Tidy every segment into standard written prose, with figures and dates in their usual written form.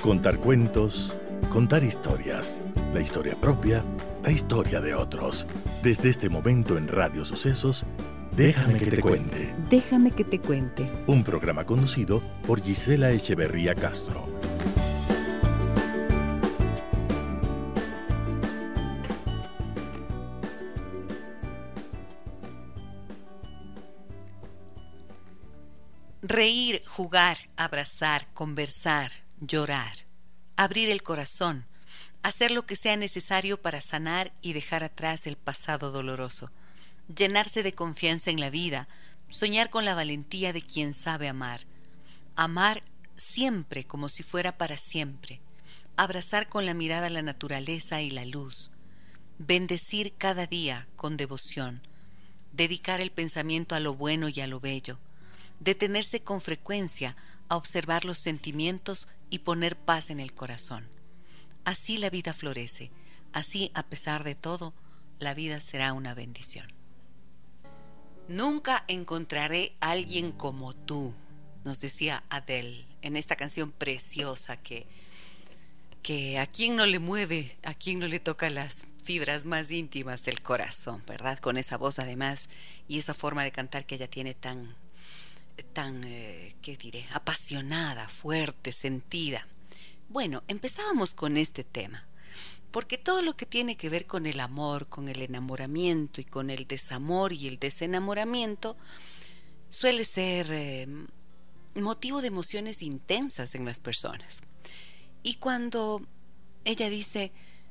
Contar cuentos, contar historias, la historia propia, la historia de otros. Desde este momento en Radio Sucesos, Déjame que te cuente. Déjame que te cuente. Un programa conducido por Gisela Echeverría Castro. Reír, jugar, abrazar, conversar, llorar, abrir el corazón, hacer lo que sea necesario para sanar y dejar atrás el pasado doloroso, llenarse de confianza en la vida, soñar con la valentía de quien sabe amar, amar siempre como si fuera para siempre, abrazar con la mirada la naturaleza y la luz, bendecir cada día con devoción, dedicar el pensamiento a lo bueno y a lo bello, detenerse con frecuencia a observar los sentimientos y poner paz en el corazón. Así la vida florece, así a pesar de todo, la vida será una bendición. Nunca encontraré a alguien como tú, nos decía Adele en esta canción preciosa que a quien no le mueve, a quien no le toca las fibras más íntimas del corazón, ¿verdad? Con esa voz además y esa forma de cantar que ella tiene tan ¿qué diré? Apasionada, fuerte, sentida. Bueno, empezábamos con este tema, porque todo lo que tiene que ver con el amor, con el enamoramiento y con el desamor y el desenamoramiento suele ser motivo de emociones intensas en las personas. Y cuando ella dice,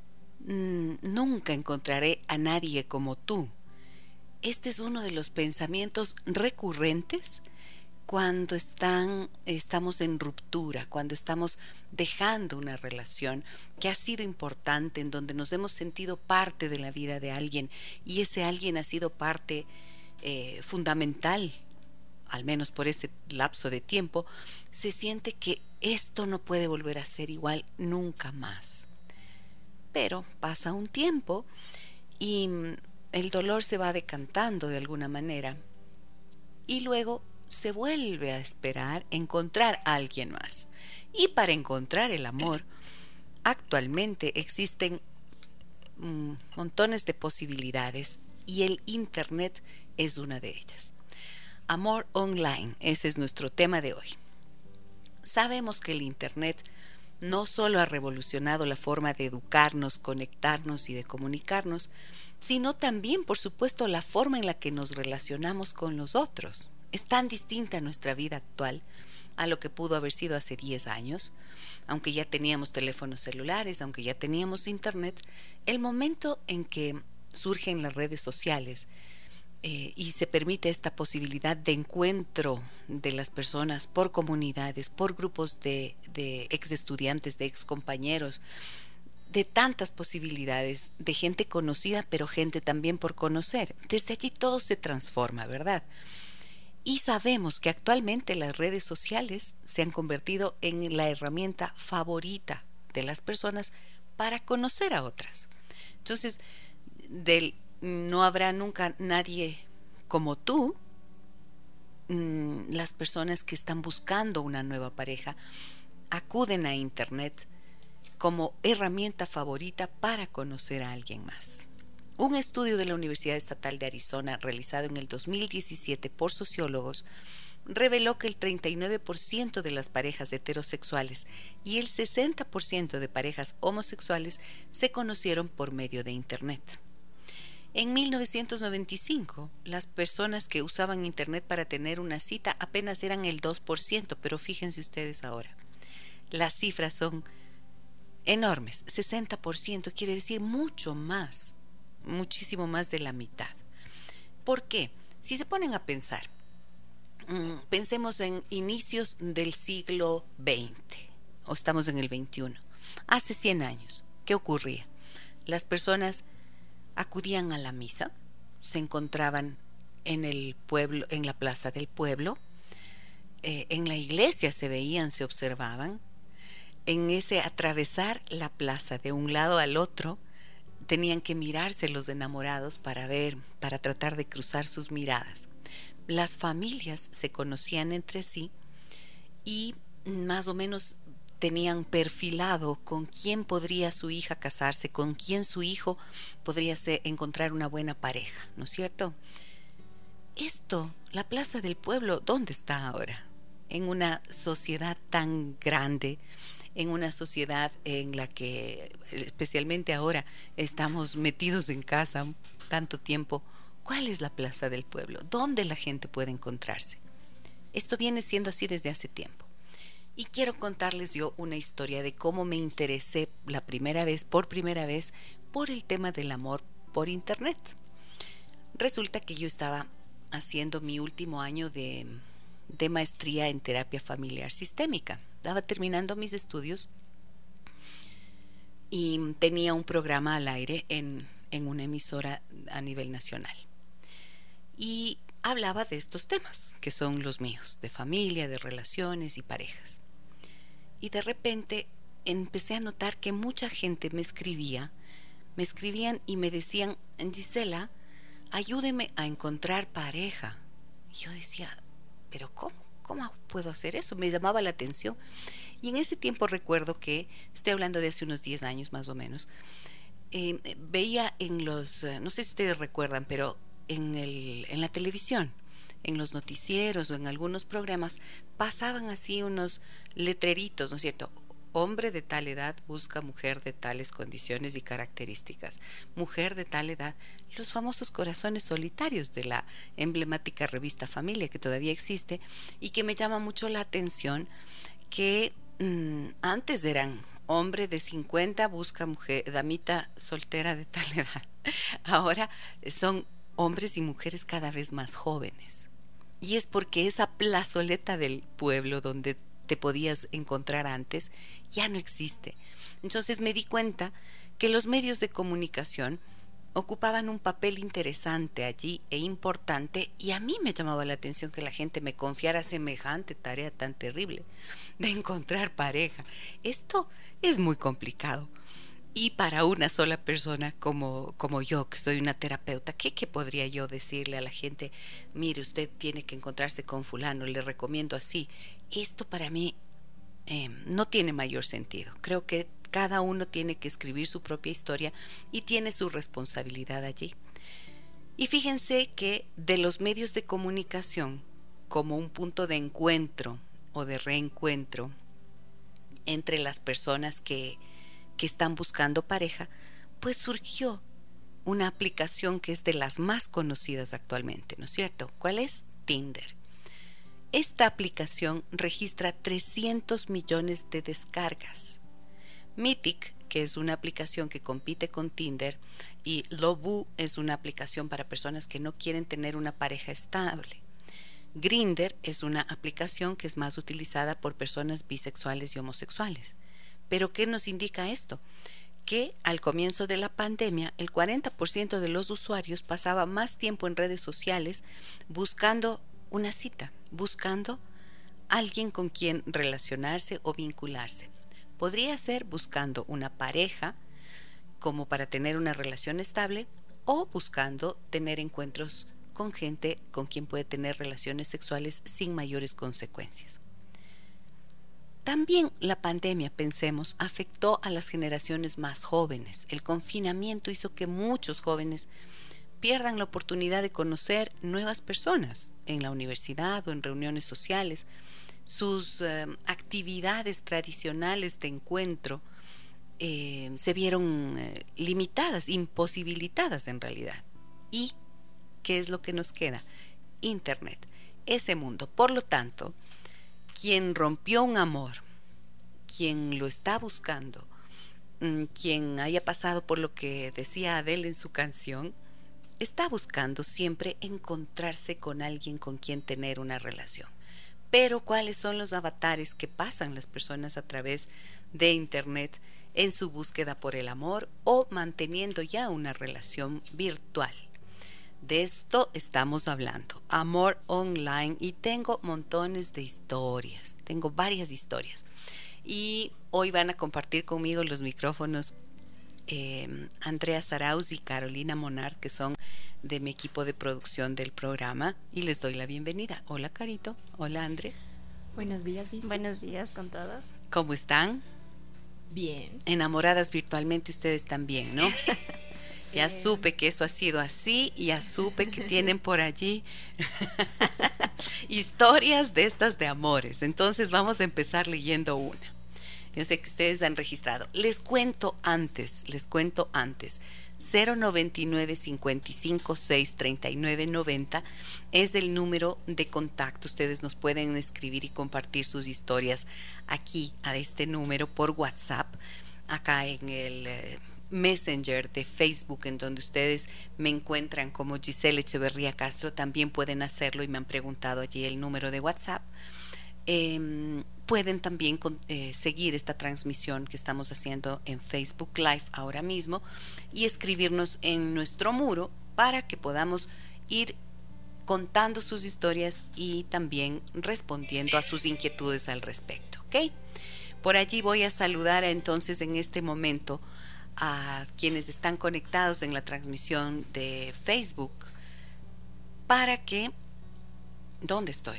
nunca encontraré a nadie como tú, este es uno de los pensamientos recurrentes cuando estamos en ruptura, cuando estamos dejando una relación que ha sido importante, en donde nos hemos sentido parte de la vida de alguien y ese alguien ha sido parte fundamental, al menos por ese lapso de tiempo, se siente que esto no puede volver a ser igual nunca más. Pero pasa un tiempo y el dolor se va decantando de alguna manera y luego se vuelve a esperar encontrar a alguien más. Y para encontrar el amor, actualmente existen montones de posibilidades y el Internet es una de ellas. Amor online, ese es nuestro tema de hoy. Sabemos que el Internet no solo ha revolucionado la forma de educarnos, conectarnos y de comunicarnos, sino también, por supuesto, la forma en la que nos relacionamos con los otros. Es tan distinta nuestra vida actual a lo que pudo haber sido hace 10 años, aunque ya teníamos teléfonos celulares, aunque ya teníamos internet, el momento en que surgen las redes sociales y se permite esta posibilidad de encuentro de las personas por comunidades, por grupos de ex estudiantes, de ex compañeros, de tantas posibilidades, de gente conocida, pero gente también por conocer. Desde allí todo se transforma, ¿verdad? Y sabemos que actualmente las redes sociales se han convertido en la herramienta favorita de las personas para conocer a otras. Entonces, no habrá nunca nadie como tú. Las personas que están buscando una nueva pareja acuden a Internet como herramienta favorita para conocer a alguien más. Un estudio de la Universidad Estatal de Arizona realizado en el 2017 por sociólogos reveló que el 39% de las parejas heterosexuales y el 60% de parejas homosexuales se conocieron por medio de Internet. En 1995, las personas que usaban Internet para tener una cita apenas eran el 2%, pero fíjense ustedes ahora, las cifras son enormes, 60%, quiere decir mucho más, muchísimo más de la mitad. ¿Por qué? Si se ponen a pensar, pensemos en inicios del siglo XX, o estamos en el XXI, hace 100 años, ¿qué ocurría? Las personas acudían a la misa, se encontraban en el pueblo, en la plaza del pueblo, en la iglesia se veían, se observaban, en ese atravesar la plaza de un lado al otro, tenían que mirarse los enamorados para ver, para tratar de cruzar sus miradas. Las familias se conocían entre sí y más o menos tenían perfilado con quién podría su hija casarse, con quién su hijo podría encontrar una buena pareja, ¿no es cierto? Esto, la Plaza del Pueblo, ¿dónde está ahora? En una sociedad tan grande, en una sociedad en la que, especialmente ahora, estamos metidos en casa tanto tiempo. ¿Cuál es la Plaza del Pueblo? ¿Dónde la gente puede encontrarse? Esto viene siendo así desde hace tiempo. Y quiero contarles yo una historia de cómo me interesé por primera vez, por el tema del amor por internet. Resulta que yo estaba haciendo mi último año de maestría en terapia familiar sistémica. Estaba terminando mis estudios y tenía un programa al aire en una emisora a nivel nacional. Y hablaba de estos temas, que son los míos, de familia, de relaciones y parejas. Y de repente empecé a notar que mucha gente me escribían y me decían: Gisela, ayúdeme a encontrar pareja. Y yo decía, ¿pero cómo? ¿Cómo puedo hacer eso? Me llamaba la atención. Y en ese tiempo recuerdo que, estoy hablando de hace unos 10 años más o menos, veía en los, no sé si ustedes recuerdan, pero en la televisión, en los noticieros o en algunos programas, pasaban así unos letreritos, ¿no es cierto? Hombre de tal edad busca mujer de tales condiciones y características. Mujer de tal edad. Los famosos corazones solitarios de la emblemática revista Familia, que todavía existe y que me llama mucho la atención, que antes eran hombre de 50 busca mujer, damita soltera de tal edad. Ahora son hombres y mujeres cada vez más jóvenes. Y es porque esa plazoleta del pueblo donde te podías encontrar antes ya no existe. Entonces me di cuenta que los medios de comunicación ocupaban un papel interesante allí e importante, y a mí me llamaba la atención que la gente me confiara semejante tarea tan terrible de encontrar pareja. Esto es muy complicado. Y para una sola persona como yo, que soy una terapeuta, ¿qué podría yo decirle a la gente? Mire, usted tiene que encontrarse con fulano, le recomiendo así. Esto para mí no tiene mayor sentido. Creo que cada uno tiene que escribir su propia historia y tiene su responsabilidad allí. Y fíjense que de los medios de comunicación, como un punto de encuentro o de reencuentro entre las personas que están buscando pareja, pues surgió una aplicación que es de las más conocidas actualmente, ¿no es cierto? ¿Cuál es? Tinder. Esta aplicación registra 300 millones de descargas. Mythic, que es una aplicación que compite con Tinder, y Lovoo es una aplicación para personas que no quieren tener una pareja estable. Grindr es una aplicación que es más utilizada por personas bisexuales y homosexuales. ¿Pero qué nos indica esto? Que al comienzo de la pandemia, el 40% de los usuarios pasaba más tiempo en redes sociales buscando una cita, buscando alguien con quien relacionarse o vincularse. Podría ser buscando una pareja como para tener una relación estable, o buscando tener encuentros con gente con quien puede tener relaciones sexuales sin mayores consecuencias. También la pandemia, pensemos, afectó a las generaciones más jóvenes. El confinamiento hizo que muchos jóvenes pierdan la oportunidad de conocer nuevas personas en la universidad o en reuniones sociales. Sus actividades tradicionales de encuentro se vieron limitadas, imposibilitadas en realidad. ¿Y qué es lo que nos queda? Internet, ese mundo. Por lo tanto, quien rompió un amor, quien lo está buscando, quien haya pasado por lo que decía Adele en su canción, está buscando siempre encontrarse con alguien con quien tener una relación. Pero ¿cuáles son los avatares que pasan las personas a través de Internet en su búsqueda por el amor o manteniendo ya una relación virtual? De esto estamos hablando, amor online, y tengo montones de historias, tengo varias historias. Y hoy van a compartir conmigo los micrófonos Andrea Sarauz y Carolina Monar, que son de mi equipo de producción del programa, y les doy la bienvenida. Hola Carito, hola André. Buenos días, Dice. Buenos días con todos. ¿Cómo están? Bien. Enamoradas virtualmente ustedes también, ¿no? Ya supe que eso ha sido así y ya supe que tienen por allí historias de estas de amores. Entonces vamos a empezar leyendo una. Yo sé que ustedes han registrado. Les cuento antes. 099 55 6 39 90 es el número de contacto. Ustedes nos pueden escribir y compartir sus historias aquí a este número por WhatsApp, acá en el Messenger de Facebook, en donde ustedes me encuentran como Giselle Echeverría Castro. También pueden hacerlo y me han preguntado allí el número de WhatsApp. Pueden también seguir esta transmisión que estamos haciendo en Facebook Live ahora mismo y escribirnos en nuestro muro para que podamos ir contando sus historias y también respondiendo a sus inquietudes al respecto, ¿ok? Por allí voy a saludar entonces en este momento a quienes están conectados en la transmisión de Facebook para que... ¿Dónde estoy?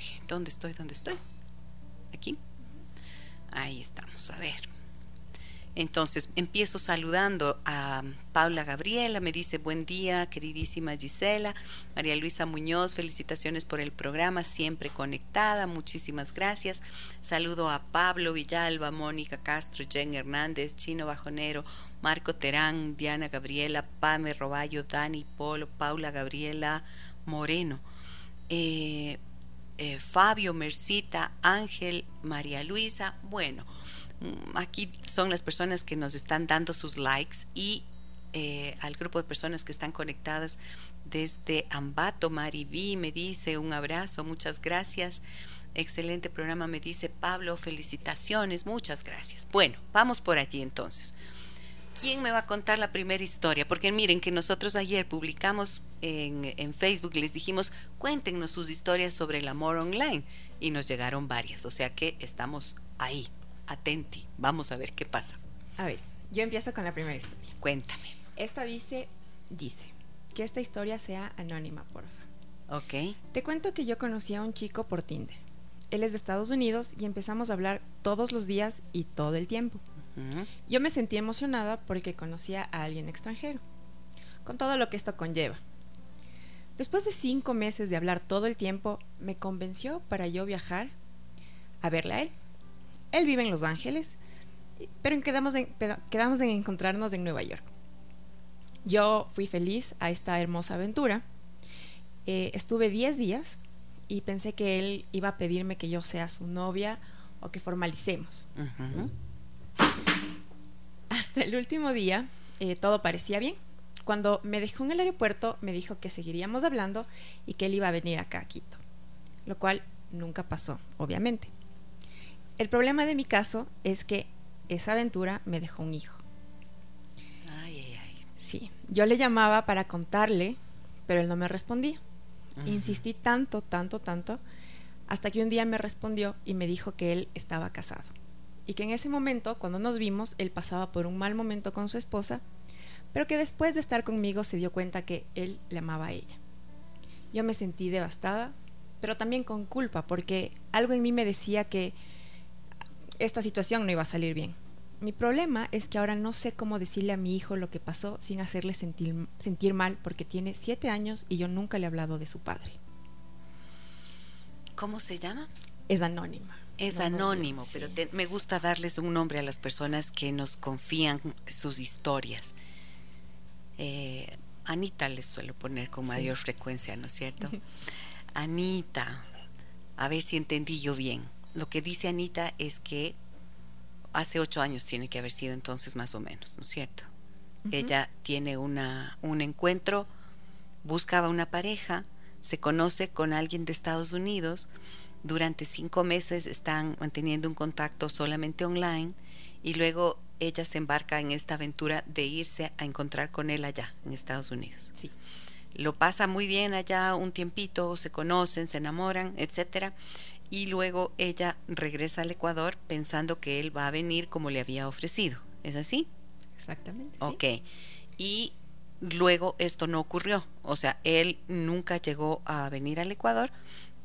Aquí. Ahí estamos, a ver. Entonces, empiezo saludando a Paula Gabriela, me dice buen día, queridísima Gisela. María Luisa Muñoz, felicitaciones por el programa, siempre conectada, muchísimas gracias. Saludo a Pablo Villalba, Mónica Castro, Jen Hernández, Chino Bajonero, Marco Terán, Diana Gabriela, Pame Roballo, Dani Polo, Paula Gabriela Moreno. Fabio, Mercita, Ángel, María Luisa. Bueno, aquí son las personas que nos están dando sus likes y al grupo de personas que están conectadas desde Ambato. Mari V me dice un abrazo, muchas gracias, excelente programa, me dice Pablo, felicitaciones, muchas gracias. Bueno, vamos por allí entonces. ¿Quién me va a contar la primera historia? Porque miren que nosotros ayer publicamos en Facebook, les dijimos, cuéntenos sus historias sobre el amor online, y nos llegaron varias, o sea que estamos ahí, atenti, vamos a ver qué pasa. A ver, yo empiezo con la primera historia. Cuéntame. Esta dice que esta historia sea anónima, porfa. Ok. Te cuento que yo conocí a un chico por Tinder. Él es de Estados Unidos y empezamos a hablar todos los días y todo el tiempo. Yo me sentí emocionada porque conocía a alguien extranjero, con todo lo que esto conlleva. Después de 5 meses de hablar todo el tiempo, me convenció para yo viajar a verle a él. Él vive en Los Ángeles, pero quedamos en encontrarnos en Nueva York. Yo fui feliz a esta hermosa aventura. Estuve 10 días y pensé que él iba a pedirme que yo sea su novia o que formalicemos. Hasta el último día todo parecía bien. Cuando me dejó en el aeropuerto me dijo que seguiríamos hablando y que él iba a venir acá a Quito, lo cual nunca pasó, obviamente. El problema de mi caso es que esa aventura me dejó un hijo. Ay. Sí, yo le llamaba para contarle, pero él no me respondía. Insistí tanto, hasta que un día me respondió y me dijo que él estaba casado. Y que en ese momento, cuando nos vimos, él pasaba por un mal momento con su esposa, pero que después de estar conmigo se dio cuenta que él le amaba a ella. Yo me sentí devastada, pero también con culpa, porque algo en mí me decía que esta situación no iba a salir bien. Mi problema es que ahora no sé cómo decirle a mi hijo lo que pasó sin hacerle sentir mal, porque tiene 7 años y yo nunca le he hablado de su padre. ¿Cómo se llama? Es anónima. Es anónimo, sí. Pero me gusta darles un nombre a las personas que nos confían sus historias. Anita les suelo poner con mayor frecuencia, ¿no es cierto? Anita, a ver si entendí yo bien. Lo que dice Anita es que hace 8 años tiene que haber sido entonces más o menos, ¿no es cierto? Ella tiene un encuentro, buscaba una pareja, se conoce con alguien de Estados Unidos, durante 5 meses están manteniendo un contacto solamente online y luego ella se embarca en esta aventura de irse a encontrar con él allá en Estados Unidos. Sí. Lo pasa muy bien allá un tiempito, se conocen, se enamoran, etcétera, y luego ella regresa al Ecuador pensando que él va a venir como le había ofrecido. ¿Es así? Exactamente. Ok. Sí. Y luego esto no ocurrió, o sea, él nunca llegó a venir al Ecuador,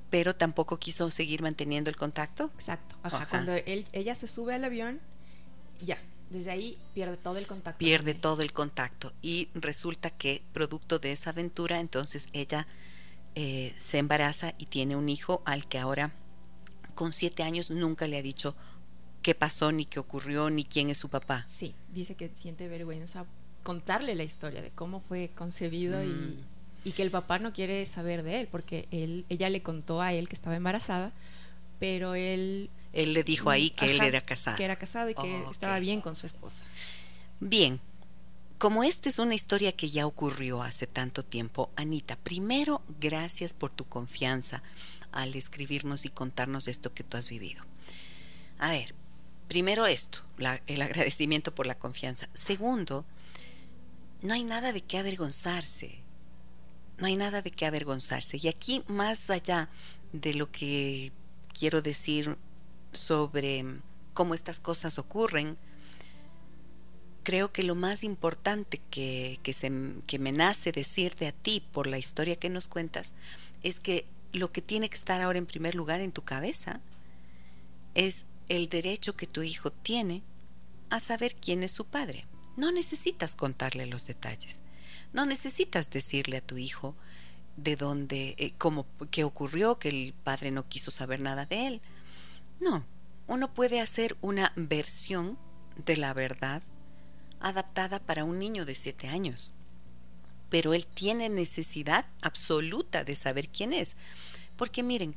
pero tampoco quiso seguir manteniendo el contacto. Exacto, ajá. Ajá. Cuando ella se sube al avión, ya, desde ahí pierde todo el contacto. Pierde todo el contacto y resulta que producto de esa aventura, entonces ella se embaraza y tiene un hijo al que ahora con 7 años nunca le ha dicho qué pasó, ni qué ocurrió, ni quién es su papá. Sí, dice que siente vergüenza contarle la historia de cómo fue concebido y que el papá no quiere saber de él, porque ella le contó a él que estaba embarazada, pero él le dijo ahí que él ajá, era casado. que era casado y que estaba bien con su esposa. Bien, como esta es una historia que ya ocurrió hace tanto tiempo, Anita, primero, gracias por tu confianza al escribirnos y contarnos esto que tú has vivido. A ver, primero esto, el agradecimiento por la confianza. Segundo, no hay nada de qué avergonzarse. No hay nada de qué avergonzarse. Y aquí, más allá de lo que quiero decir sobre cómo estas cosas ocurren, creo que lo más importante que me nace decirte a ti por la historia que nos cuentas es que lo que tiene que estar ahora en primer lugar en tu cabeza es el derecho que tu hijo tiene a saber quién es su padre. No necesitas contarle los detalles. No necesitas decirle a tu hijo de dónde, qué ocurrió, que el padre no quiso saber nada de él. No, uno puede hacer una versión de la verdad adaptada para un niño de 7 años. Pero él tiene necesidad absoluta de saber quién es. Porque miren,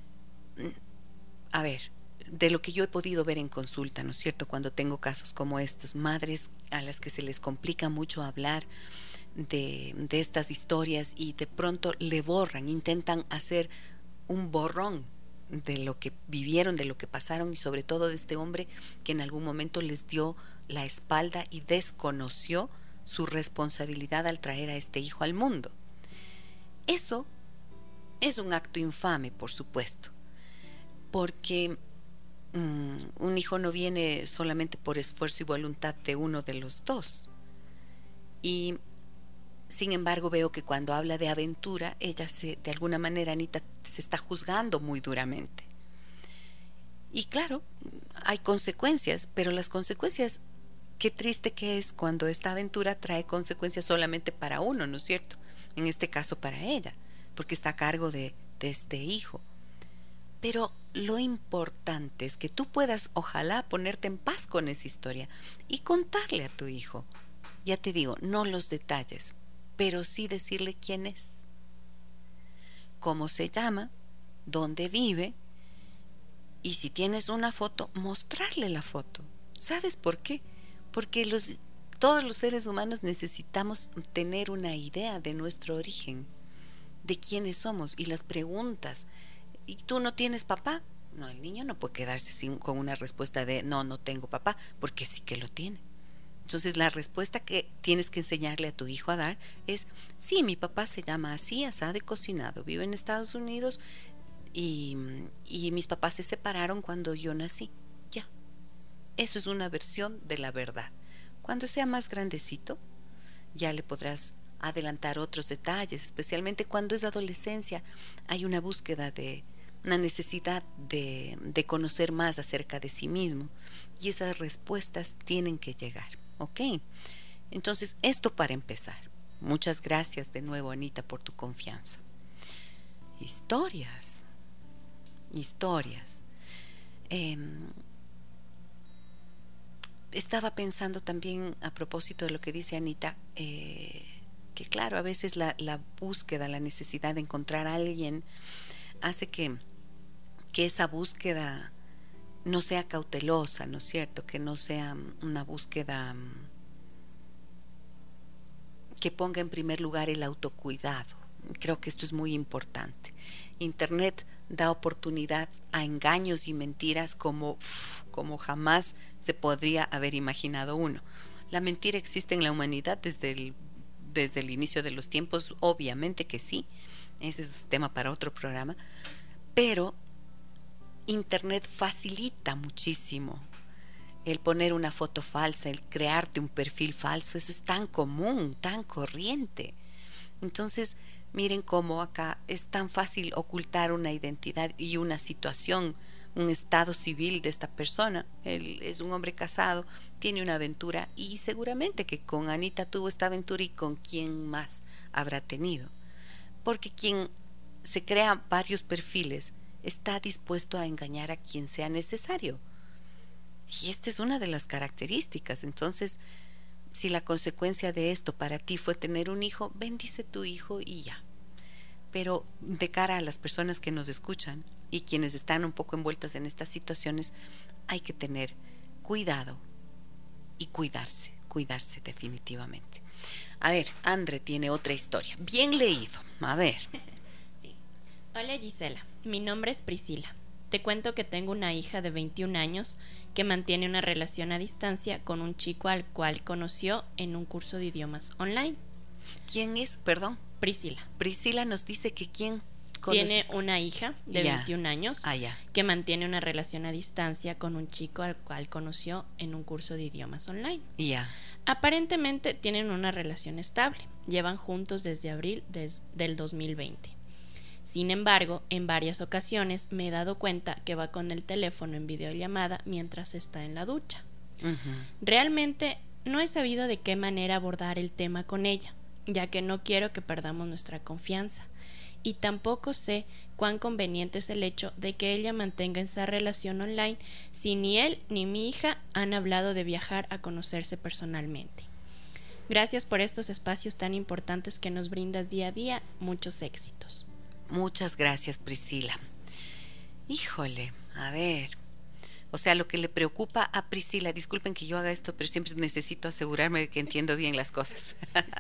a ver, de lo que yo he podido ver en consulta, ¿no es cierto? Cuando tengo casos como estos, madres a las que se les complica mucho hablar de estas historias y de pronto le borran, intentan hacer un borrón de lo que vivieron, de lo que pasaron y sobre todo de este hombre que en algún momento les dio la espalda y desconoció su responsabilidad al traer a este hijo al mundo. Eso es un acto infame, por supuesto, porque un hijo no viene solamente por esfuerzo y voluntad de uno de los dos. Y sin embargo veo que cuando habla de aventura, ella de alguna manera, Anita, se está juzgando muy duramente. Y claro, hay consecuencias, pero las consecuencias, qué triste que es cuando esta aventura trae consecuencias solamente para uno, ¿no es cierto? En este caso para ella, porque está a cargo de este hijo. Pero lo importante es que tú puedas, ojalá, ponerte en paz con esa historia y contarle a tu hijo. Ya te digo, no los detalles, pero sí decirle quién es, cómo se llama, dónde vive, y si tienes una foto, mostrarle la foto. ¿Sabes por qué? Porque todos los seres humanos necesitamos tener una idea de nuestro origen, de quiénes somos, y las preguntas. ¿Y tú no tienes papá? No, el niño no puede quedarse con una respuesta de no tengo papá, porque sí que lo tiene. Entonces la respuesta que tienes que enseñarle a tu hijo a dar es: sí, mi papá se llama así, asado y cocinado, vive en Estados Unidos y mis papás se separaron cuando yo nací. Ya, eso es una versión de la verdad. Cuando sea más grandecito, ya le podrás adelantar otros detalles, especialmente cuando es adolescencia. Hay una búsqueda una necesidad de conocer más acerca de sí mismo, y esas respuestas tienen que llegar. ¿Ok? Entonces, esto para empezar. Muchas gracias de nuevo, Anita, por tu confianza. Historias. Estaba pensando también a propósito de lo que dice Anita, que claro, a veces la búsqueda, la necesidad de encontrar a alguien hace que esa búsqueda no sea cautelosa, ¿no es cierto? Que no sea una búsqueda que ponga en primer lugar el autocuidado. Creo que esto es muy importante. Internet da oportunidad a engaños y mentiras como jamás se podría haber imaginado uno. La mentira existe en la humanidad desde el inicio de los tiempos, obviamente que sí. Ese es un tema para otro programa. Pero Internet facilita muchísimo el poner una foto falsa, el crearte un perfil falso. Eso es tan común, tan corriente. Entonces, miren cómo acá es tan fácil ocultar una identidad y una situación, un estado civil de esta persona. Él es un hombre casado, tiene una aventura y seguramente que con Anita tuvo esta aventura y con quién más habrá tenido. Porque quien se crea varios perfiles está dispuesto a engañar a quien sea necesario. Y esta es una de las características. Entonces, si la consecuencia de esto para ti fue tener un hijo, bendice tu hijo y ya. Pero de cara a las personas que nos escuchan y quienes están un poco envueltas en estas situaciones, hay que tener cuidado y cuidarse definitivamente. A ver, Andre tiene otra historia. Bien leído. A ver. Sí. Hola Gisela, mi nombre es Priscila. Te cuento que tengo una hija de 21 años que mantiene una relación a distancia con un chico al cual conoció en un curso de idiomas online. ¿Quién es? Perdón. Priscila. Priscila nos dice que quién tiene una hija de 21 años que mantiene una relación a distancia con un chico al cual conoció en un curso de idiomas online. Aparentemente tienen una relación estable. Llevan juntos desde abril del 2020. Sin embargo, en varias ocasiones me he dado cuenta que va con el teléfono en videollamada mientras está en la ducha. Realmente no he sabido de qué manera abordar el tema con ella, ya que no quiero que perdamos nuestra confianza. Y tampoco sé cuán conveniente es el hecho de que ella mantenga esa relación online si ni él ni mi hija han hablado de viajar a conocerse personalmente. Gracias por estos espacios tan importantes que nos brindas día a día. Muchos éxitos. Muchas gracias, Priscila. Híjole, a ver. O sea, lo que le preocupa a Priscila, disculpen que yo haga esto, pero siempre necesito asegurarme de que entiendo bien las cosas.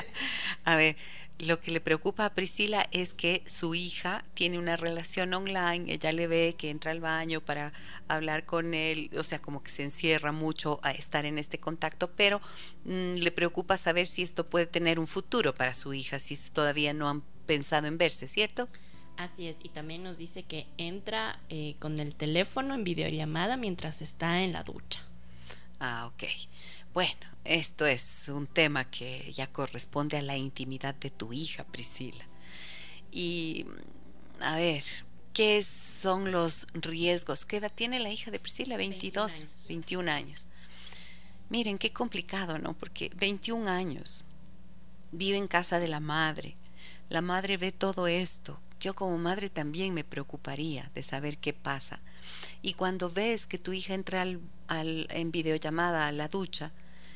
A ver, lo que le preocupa a Priscila es que su hija tiene una relación online, ella le ve que entra al baño para hablar con él, o sea, como que se encierra mucho a estar en este contacto, pero le preocupa saber si esto puede tener un futuro para su hija, si todavía no han pensado en verse, ¿cierto? Así es, y también nos dice que entra con el teléfono en videollamada mientras está en la ducha. Ok. Bueno, esto es un tema que ya corresponde a la intimidad de tu hija, Priscila. Y, a ver, ¿qué son los riesgos? ¿Qué edad tiene la hija de Priscila? 21 años. Miren, qué complicado, ¿no? Porque 21 años, vive en casa de la madre ve todo esto. Yo como madre también me preocuparía de saber qué pasa. Y cuando ves que tu hija entra en videollamada a la ducha,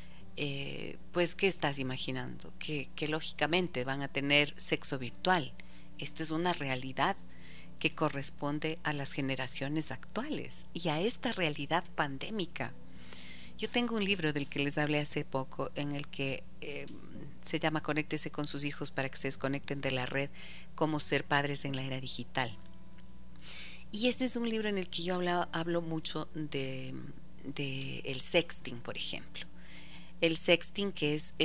pues ¿qué estás imaginando? Que lógicamente van a tener sexo virtual. Esto es una realidad que corresponde a las generaciones actuales y a esta realidad pandémica. Yo tengo un libro del que les hablé hace poco en el que se llama Conéctese con sus hijos para que se desconecten de la red, cómo ser padres en la era digital. Y este es un libro en el que yo hablo mucho de el sexting, por ejemplo. El sexting, que es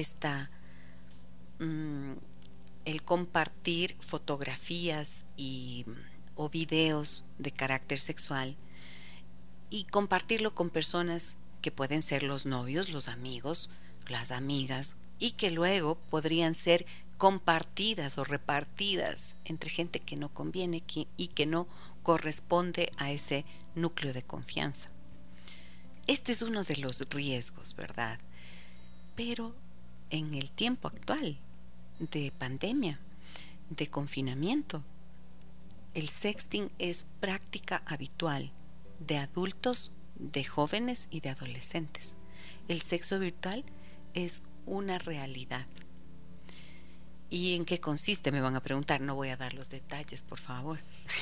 el compartir fotografías o videos de carácter sexual y compartirlo con personas que pueden ser los novios, los amigos, las amigas, y que luego podrían ser compartidas o repartidas entre gente que no conviene y que no corresponde a ese núcleo de confianza. Este es uno de los riesgos, ¿verdad? Pero en el tiempo actual de pandemia, de confinamiento, el sexting es práctica habitual de adultos, de jóvenes y de adolescentes. El sexo virtual es una realidad. ¿Y en qué consiste? Me van a preguntar. No voy a dar los detalles, por favor.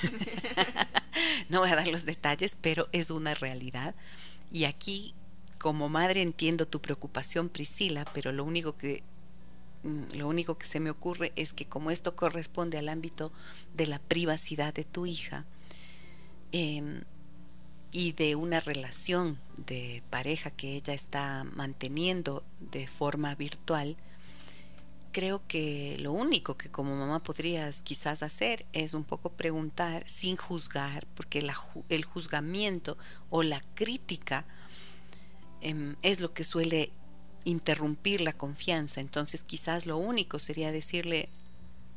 No voy a dar los detalles, pero es una realidad. Y aquí, como madre, entiendo tu preocupación, Priscila, pero lo único que se me ocurre es que como esto corresponde al ámbito de la privacidad de tu hija y de una relación de pareja que ella está manteniendo de forma virtual, creo que lo único que como mamá podrías quizás hacer es un poco preguntar sin juzgar, porque el juzgamiento o la crítica es lo que suele interrumpir la confianza. Entonces quizás lo único sería decirle: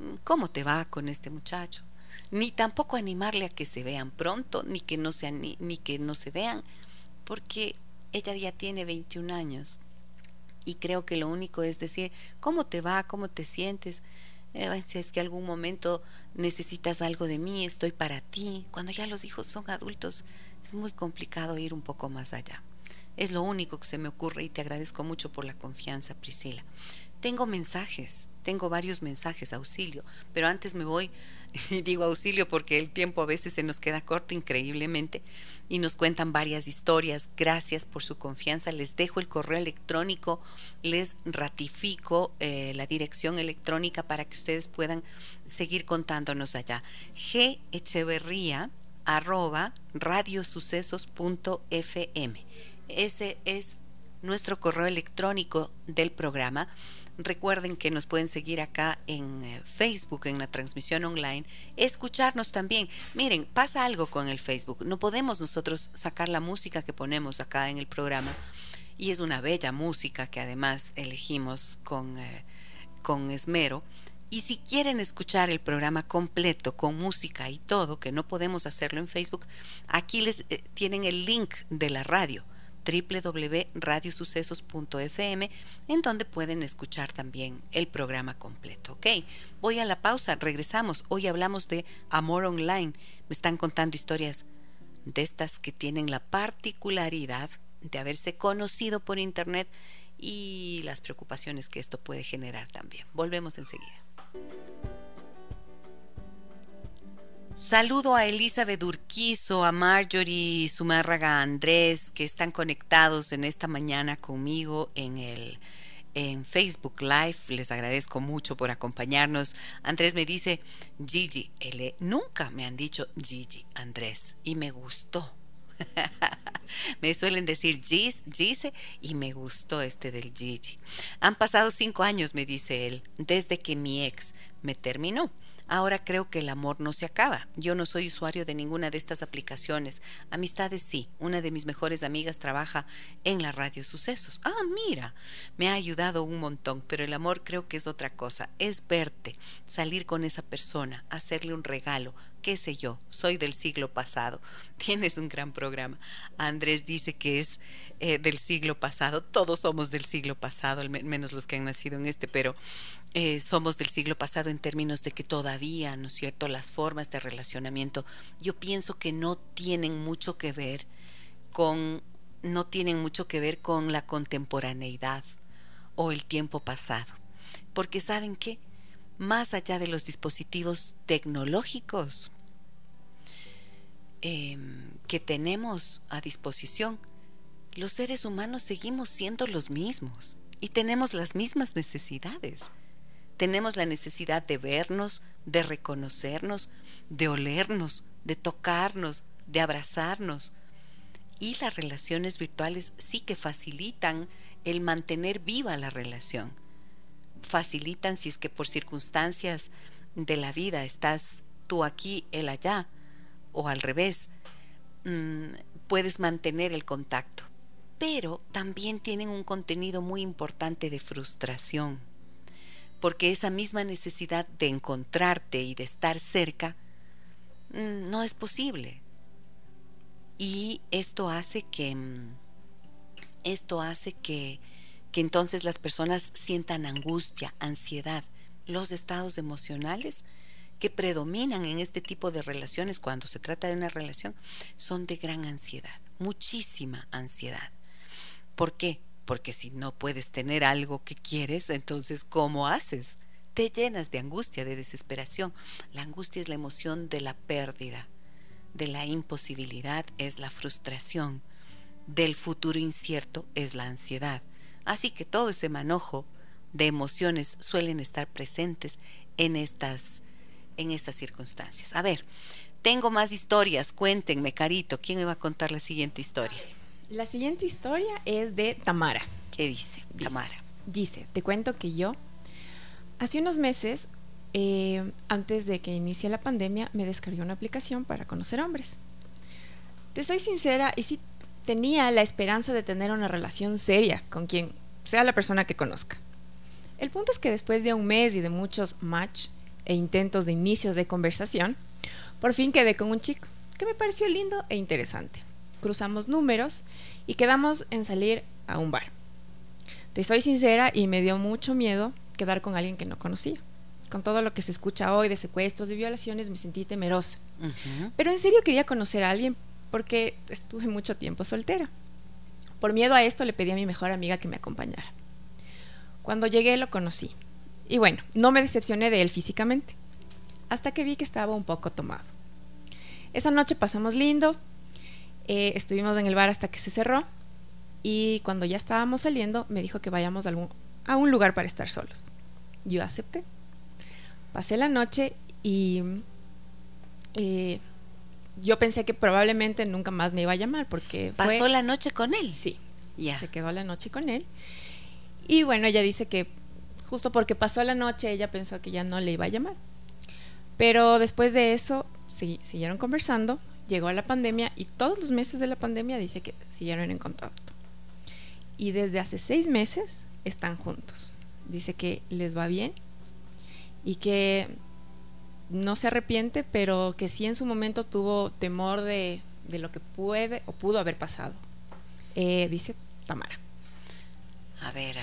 cómo te va con este muchacho, ni tampoco animarle a que se vean pronto, ni que no se vean, porque ella ya tiene 21 años y creo que lo único es decir, ¿cómo te va? ¿Cómo te sientes? Si es que algún momento necesitas algo de mí, estoy para ti. Cuando ya los hijos son adultos es muy complicado ir un poco más allá. Es lo único que se me ocurre y te agradezco mucho por la confianza, Priscila. Tengo varios mensajes, auxilio, pero antes me voy y digo auxilio porque el tiempo a veces se nos queda corto increíblemente y nos cuentan varias historias. Gracias por su confianza. Les dejo el correo electrónico, les ratifico la dirección electrónica para que ustedes puedan seguir contándonos allá. gecheverria@radiosucesos.fm. Ese es nuestro correo electrónico del programa. Recuerden que nos pueden seguir acá en Facebook, en la transmisión online, escucharnos también. Miren, pasa algo con el Facebook. No podemos nosotros sacar la música que ponemos acá en el programa, y es una bella música que además elegimos con esmero. Y si quieren escuchar el programa completo con música y todo, que no podemos hacerlo en Facebook, aquí les tienen el link de la radio, www.radiosucesos.fm, en donde pueden escuchar también el programa completo. Ok, voy a la pausa, regresamos. Hoy hablamos de amor online. Me están contando historias de estas que tienen la particularidad de haberse conocido por internet y las preocupaciones que esto puede generar también. Volvemos enseguida. Saludo a Elizabeth Urquizo, a Marjorie Zumárraga, a Andrés, que están conectados en esta mañana conmigo en Facebook Live. Les agradezco mucho por acompañarnos. Andrés me dice Gigi, nunca me han dicho Gigi, Andrés, y me gustó. Me suelen decir Gise, y me gustó del Gigi. Han pasado 5 años, me dice él, desde que mi ex me terminó. Ahora creo que el amor no se acaba. Yo no soy usuario de ninguna de estas aplicaciones. Amistades sí. Una de mis mejores amigas trabaja en la Radio Sucesos. Ah, mira, me ha ayudado un montón. Pero el amor creo que es otra cosa. Es verte, salir con esa persona, hacerle un regalo, qué sé yo. Soy del siglo pasado. Tienes un gran programa. Andrés dice que es del siglo pasado. Todos somos del siglo pasado, menos los que han nacido en pero somos del siglo pasado en términos de que todavía, ¿no es cierto?, las formas de relacionamiento, yo pienso que no tienen mucho que ver con la contemporaneidad o el tiempo pasado. Porque ¿saben qué? Más allá de los dispositivos tecnológicos que tenemos a disposición, los seres humanos seguimos siendo los mismos y tenemos las mismas necesidades. Tenemos la necesidad de vernos, de reconocernos, de olernos, de tocarnos, de abrazarnos. Y las relaciones virtuales sí que facilitan el mantener viva la relación. Facilitan si es que por circunstancias de la vida estás tú aquí, él allá, o al revés, puedes mantener el contacto. Pero también tienen un contenido muy importante de frustración, porque esa misma necesidad de encontrarte y de estar cerca no es posible. Y esto hace que entonces las personas sientan angustia, ansiedad. Los estados emocionales que predominan en este tipo de relaciones, cuando se trata de una relación, son de gran ansiedad, muchísima ansiedad. ¿Por qué? Porque si no puedes tener algo que quieres, entonces ¿cómo haces? Te llenas de angustia, de desesperación. La angustia es la emoción de la pérdida, de la imposibilidad es la frustración, del futuro incierto es la ansiedad. Así que todo ese manojo de emociones suelen estar presentes en estas circunstancias. A ver, tengo más historias. Cuéntenme, Carito, ¿quién me va a contar la siguiente historia? La siguiente historia es de Tamara. ¿Qué dice Tamara? Dice, te cuento que yo, hace unos meses, antes de que inicie la pandemia, me descargué una aplicación para conocer hombres. Te soy sincera, y sí tenía la esperanza de tener una relación seria con quien sea la persona que conozca. El punto es que después de un mes y de muchos match, e intentos de inicios de conversación, por fin quedé con un chico que me pareció lindo e interesante. Cruzamos números y quedamos en salir a un bar. Te soy sincera y me dio mucho miedo quedar con alguien que no conocía. Con todo lo que se escucha hoy de secuestros, de violaciones, me sentí temerosa. Pero en serio quería conocer a alguien porque estuve mucho tiempo soltera. Por miedo a esto le pedí a mi mejor amiga que me acompañara. Cuando llegué lo conocí. Y bueno, no me decepcioné de él físicamente, hasta que vi que estaba un poco tomado. Esa noche pasamos lindo, estuvimos en el bar hasta que se cerró, y cuando ya estábamos saliendo me dijo que vayamos a un lugar para estar solos. Yo acepté. Pasé la noche y yo pensé que probablemente nunca más me iba a llamar porque ¿Pasó la noche con él? Sí, se quedó la noche con él. Y bueno, ella dice que justo porque pasó la noche ella pensó que ya no le iba a llamar. Pero después de eso siguieron conversando, llegó la pandemia y todos los meses de la pandemia dice que siguieron en contacto. Y desde hace 6 meses están juntos. Dice que les va bien y que no se arrepiente, pero que sí en su momento tuvo temor de lo que puede o pudo haber pasado. Dice Tamara. A ver.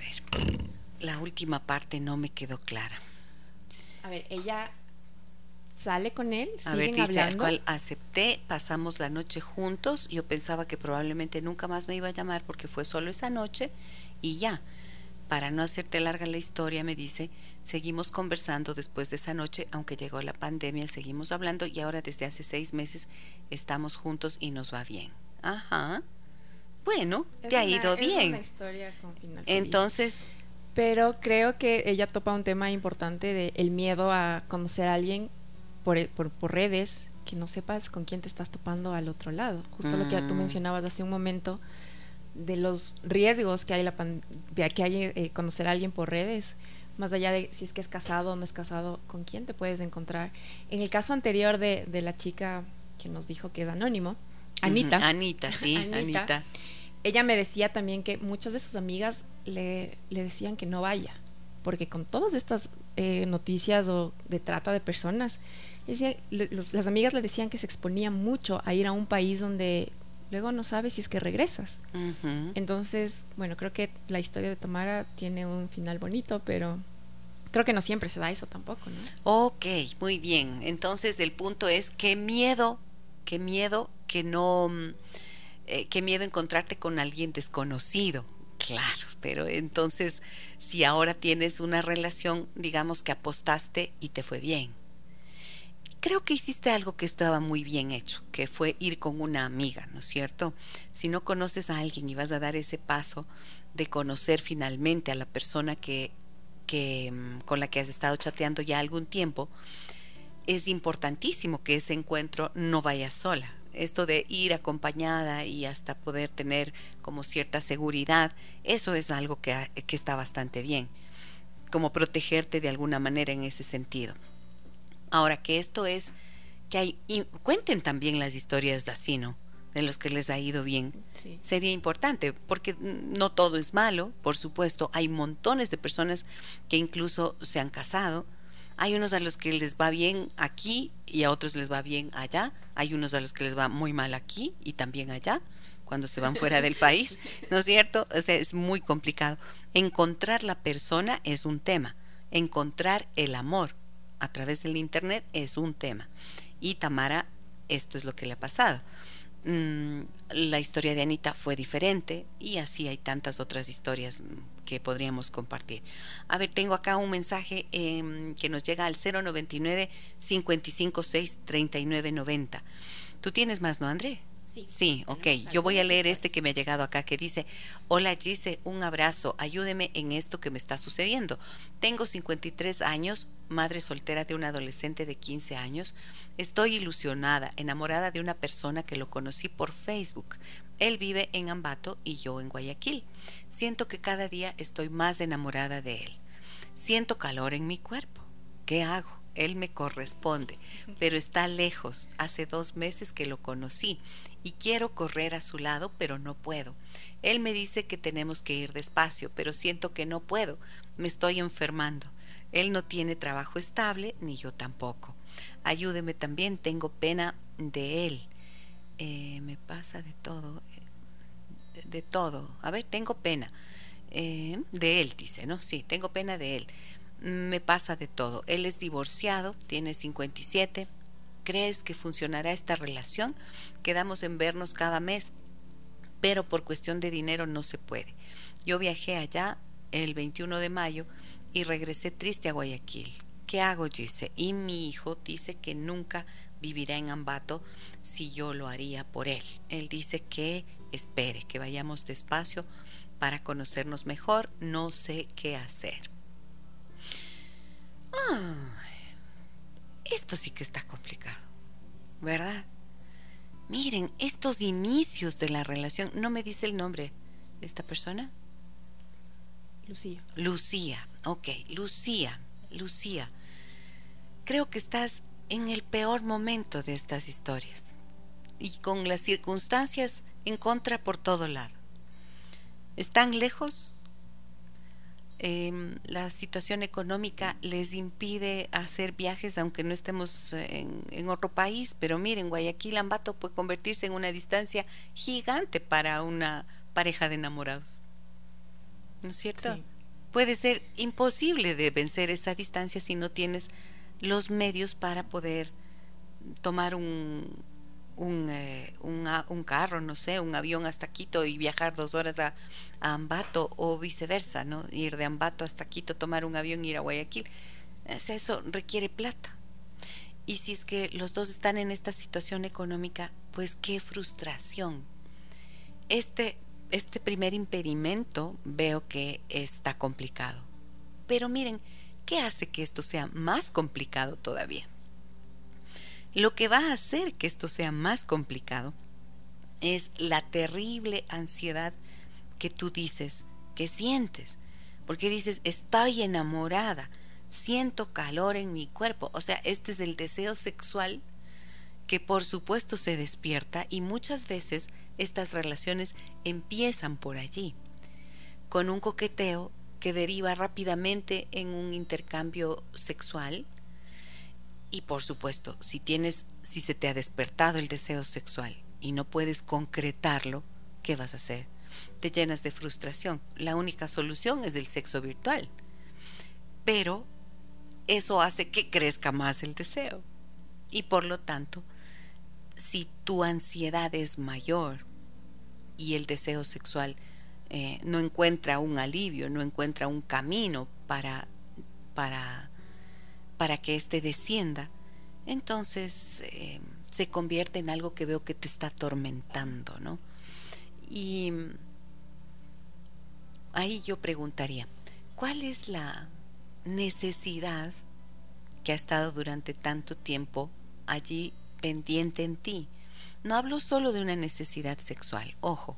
La última parte no me quedó clara. A ver, ella sale con él, siguen hablando. Dice, al cual acepté, pasamos la noche juntos. Yo pensaba que probablemente nunca más me iba a llamar porque fue solo esa noche y ya. Para no hacerte larga la historia, me dice, seguimos conversando después de esa noche, aunque llegó la pandemia, seguimos hablando y ahora desde hace 6 meses estamos juntos y nos va bien. Ajá. Bueno, te ha ido bien. Es una historia con final feliz. Entonces, pero creo que ella topa un tema importante de el miedo a conocer a alguien por redes, que no sepas con quién te estás topando al otro lado. Justo lo que tú mencionabas hace un momento de los riesgos que hay conocer a alguien por redes, más allá de si es que es casado o no es casado, con quién te puedes encontrar. En el caso anterior de la chica que nos dijo que es anónimo, Anita. Anita. Ella me decía también que muchas de sus amigas le decían que no vaya, porque con todas estas noticias o de trata de personas, las amigas le decían que se exponía mucho a ir a un país donde luego no sabes si es que regresas. Entonces, bueno, creo que la historia de Tamara tiene un final bonito, pero creo que no siempre se da eso tampoco, ¿no? Ok, muy bien. Entonces el punto es qué miedo encontrarte con alguien desconocido. Claro, pero entonces si ahora tienes una relación, digamos que apostaste y te fue bien. Creo que hiciste algo que estaba muy bien hecho, que fue ir con una amiga, ¿no es cierto? Si no conoces a alguien y vas a dar ese paso de conocer finalmente a la persona con la que has estado chateando ya algún tiempo, es importantísimo que ese encuentro no vaya sola. Esto de ir acompañada y hasta poder tener como cierta seguridad, eso es algo que está bastante bien, como protegerte de alguna manera en ese sentido. Ahora que esto es, cuenten también las historias de así, ¿no? De los que les ha ido bien. Sí. Sería importante, porque no todo es malo, por supuesto. Hay montones de personas que incluso se han casado. Hay unos a los que les va bien aquí y a otros les va bien allá. Hay unos a los que les va muy mal aquí y también allá, cuando se van fuera del país, ¿no es cierto? O sea, es muy complicado. Encontrar la persona es un tema. Encontrar el amor a través del internet es un tema. Y Tamara, esto es lo que le ha pasado. La historia de Anita fue diferente y así hay tantas otras historias que podríamos compartir. A ver, tengo acá un mensaje que nos llega al 099-556-3990. ¿Tú tienes más, no, André? Sí, ok. Yo voy a leer este que me ha llegado acá, que dice: hola Gise, un abrazo, ayúdeme en esto que me está sucediendo. Tengo 53 años, madre soltera de un adolescente de 15 años. Estoy ilusionada, enamorada de una persona que lo conocí por Facebook. Él vive en Ambato y yo en Guayaquil. Siento que cada día estoy más enamorada de él. Siento calor en mi cuerpo. ¿Qué hago? Él me corresponde, pero está lejos. Hace 2 meses que lo conocí y quiero correr a su lado, pero no puedo. Él me dice que tenemos que ir despacio, pero siento que no puedo. Me estoy enfermando. Él no tiene trabajo estable, ni yo tampoco. Ayúdeme también, tengo pena de él. Me pasa de todo. De todo. A ver, tengo pena. De él, dice, ¿no? Sí, tengo pena de él. Me pasa de todo. Él es divorciado, tiene 57. ¿Crees que funcionará esta relación? Quedamos en vernos cada mes, pero por cuestión de dinero no se puede. Yo viajé allá el 21 de mayo y regresé triste a Guayaquil. ¿Qué hago? Dice. Y mi hijo dice que nunca vivirá en Ambato si yo lo haría por él. Él dice que espere, que vayamos despacio para conocernos mejor. No sé qué hacer. Esto sí que está complicado, ¿verdad? Miren, estos inicios de la relación. ¿No me dice el nombre de esta persona? Lucía, ok, Lucía. Creo que estás en el peor momento de estas historias y con las circunstancias en contra por todo lado. Están lejos. La situación económica les impide hacer viajes aunque no estemos en otro país, pero miren, Guayaquil, Ambato puede convertirse en una distancia gigante para una pareja de enamorados, ¿no es cierto? Sí. Puede ser imposible de vencer esa distancia si no tienes los medios para poder tomar un carro, no sé, un avión hasta Quito y viajar 2 horas a Ambato, o viceversa, ¿no? Ir de Ambato hasta Quito, tomar un avión y ir a Guayaquil. O sea, eso requiere plata. Y si es que los dos están en esta situación económica, pues qué frustración. Este primer impedimento veo que está complicado. Pero miren, ¿qué hace que esto sea más complicado todavía? Lo que va a hacer que esto sea más complicado es la terrible ansiedad que tú dices, que sientes, porque dices, estoy enamorada, siento calor en mi cuerpo. O sea, este es el deseo sexual que por supuesto se despierta, y muchas veces estas relaciones empiezan por allí, con un coqueteo que deriva rápidamente en un intercambio sexual. Y por supuesto, si se te ha despertado el deseo sexual y no puedes concretarlo, ¿qué vas a hacer? Te llenas de frustración. La única solución es el sexo virtual. Pero eso hace que crezca más el deseo. Y por lo tanto, si tu ansiedad es mayor y el deseo sexual no encuentra un alivio, no encuentra un camino para que éste descienda, entonces se convierte en algo que veo que te está atormentando, ¿no? Y ahí yo preguntaría, ¿cuál es la necesidad que ha estado durante tanto tiempo allí pendiente en ti? No hablo solo de una necesidad sexual, ojo.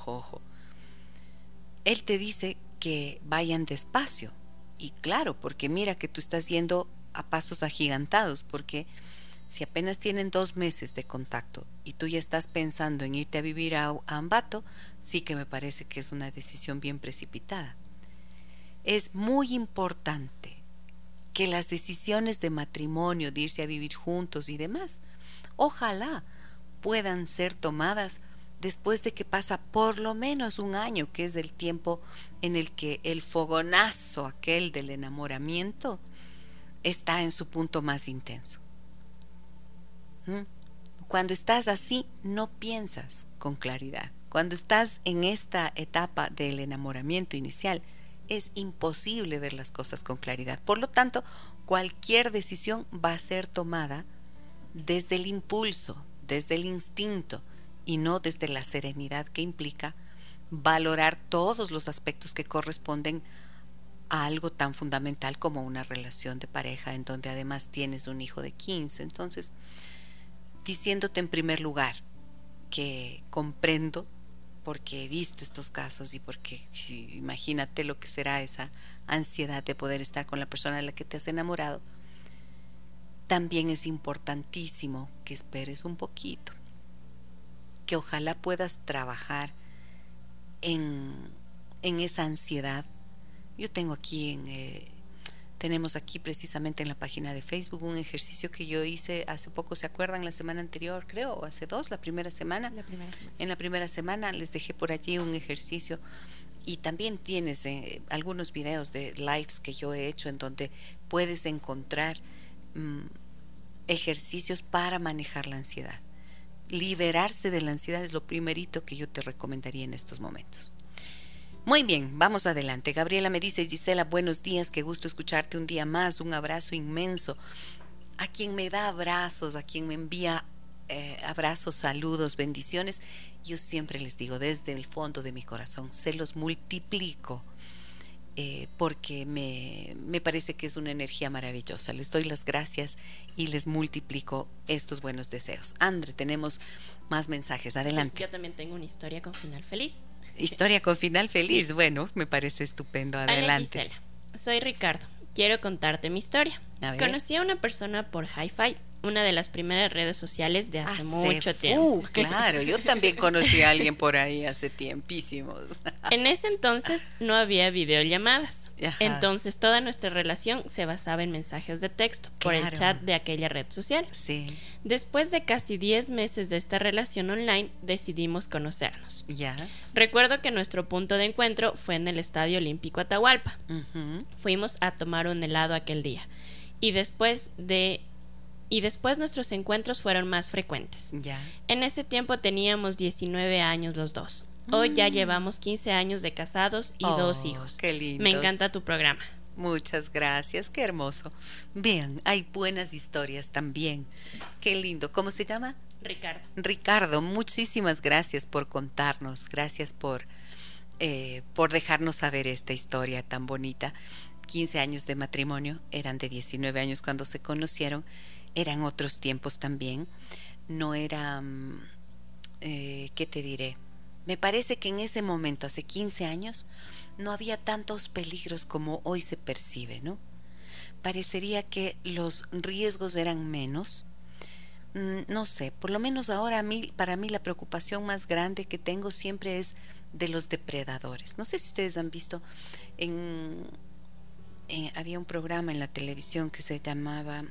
Él te dice que vayan despacio, y claro, porque mira que tú estás yendo a pasos agigantados, porque si apenas tienen 2 meses de contacto y tú ya estás pensando en irte a vivir a Ambato, sí que me parece que es una decisión bien precipitada. Es muy importante que las decisiones de matrimonio, de irse a vivir juntos y demás, ojalá puedan ser tomadas después de que pasa por lo menos 1 año, que es el tiempo en el que el fogonazo aquel del enamoramiento está en su punto más intenso. Cuando estás así, no piensas con claridad. Cuando estás en esta etapa del enamoramiento inicial, es imposible ver las cosas con claridad. Por lo tanto, cualquier decisión va a ser tomada desde el impulso, desde el instinto, y no desde la serenidad que implica valorar todos los aspectos que corresponden a algo tan fundamental como una relación de pareja, en donde además tienes un hijo de 15. Entonces, diciéndote en primer lugar que comprendo, porque he visto estos casos y porque imagínate lo que será esa ansiedad de poder estar con la persona de la que te has enamorado, también es importantísimo que esperes un poquito, que ojalá puedas trabajar en esa ansiedad. Yo tengo aquí Tenemos aquí precisamente en la página de Facebook un ejercicio que yo hice hace poco, ¿se acuerdan? La semana anterior, creo, o hace 2, la primera semana. En la primera semana les dejé por allí un ejercicio. Y también tienes algunos videos de lives que yo he hecho en donde puedes encontrar ejercicios para manejar la ansiedad. Liberarse de la ansiedad es lo primerito que yo te recomendaría en estos momentos. Muy bien, vamos adelante. Gabriela me dice: Gisela, buenos días, qué gusto escucharte un día más, un abrazo inmenso. A quien me da abrazos, a quien me envía abrazos, saludos, bendiciones, yo siempre les digo desde el fondo de mi corazón, se los multiplico, porque me parece que es una energía maravillosa. Les doy las gracias y les multiplico estos buenos deseos. Andre, tenemos más mensajes, adelante. Yo también tengo una historia con final feliz. Historia con final feliz, sí. Bueno, me parece estupendo, adelante. Hola, Gisela, soy Ricardo, quiero contarte mi historia. Conocí a una persona por Hi-Fi, una de las primeras redes sociales de hace mucho tiempo. Claro, yo también conocí a alguien por ahí hace tiempísimos. En ese entonces no había videollamadas. Ajá. Entonces toda nuestra relación se basaba en mensajes de texto por el chat de aquella red social. Sí. Después de casi 10 meses de esta relación online, decidimos conocernos. Ya. Recuerdo que nuestro punto de encuentro fue en el Estadio Olímpico Atahualpa. Fuimos a tomar un helado aquel día. Y después nuestros encuentros fueron más frecuentes. Ya. En ese tiempo teníamos 19 años los dos. Hoy ya llevamos 15 años de casados y 2 hijos. Qué lindos. Me encanta tu programa. Muchas gracias, qué hermoso. Vean, hay buenas historias también. Qué lindo. ¿Cómo se llama? Ricardo. Ricardo, muchísimas gracias por contarnos. Gracias por dejarnos saber esta historia tan bonita. 15 años de matrimonio, eran de 19 años cuando se conocieron. Eran otros tiempos también. No era, ¿qué te diré? Me parece que en ese momento, hace 15 años, no había tantos peligros como hoy se percibe, ¿no? Parecería que los riesgos eran menos. No sé, por lo menos ahora para mí la preocupación más grande que tengo siempre es de los depredadores. No sé si ustedes han visto, había un programa en la televisión que se llamaba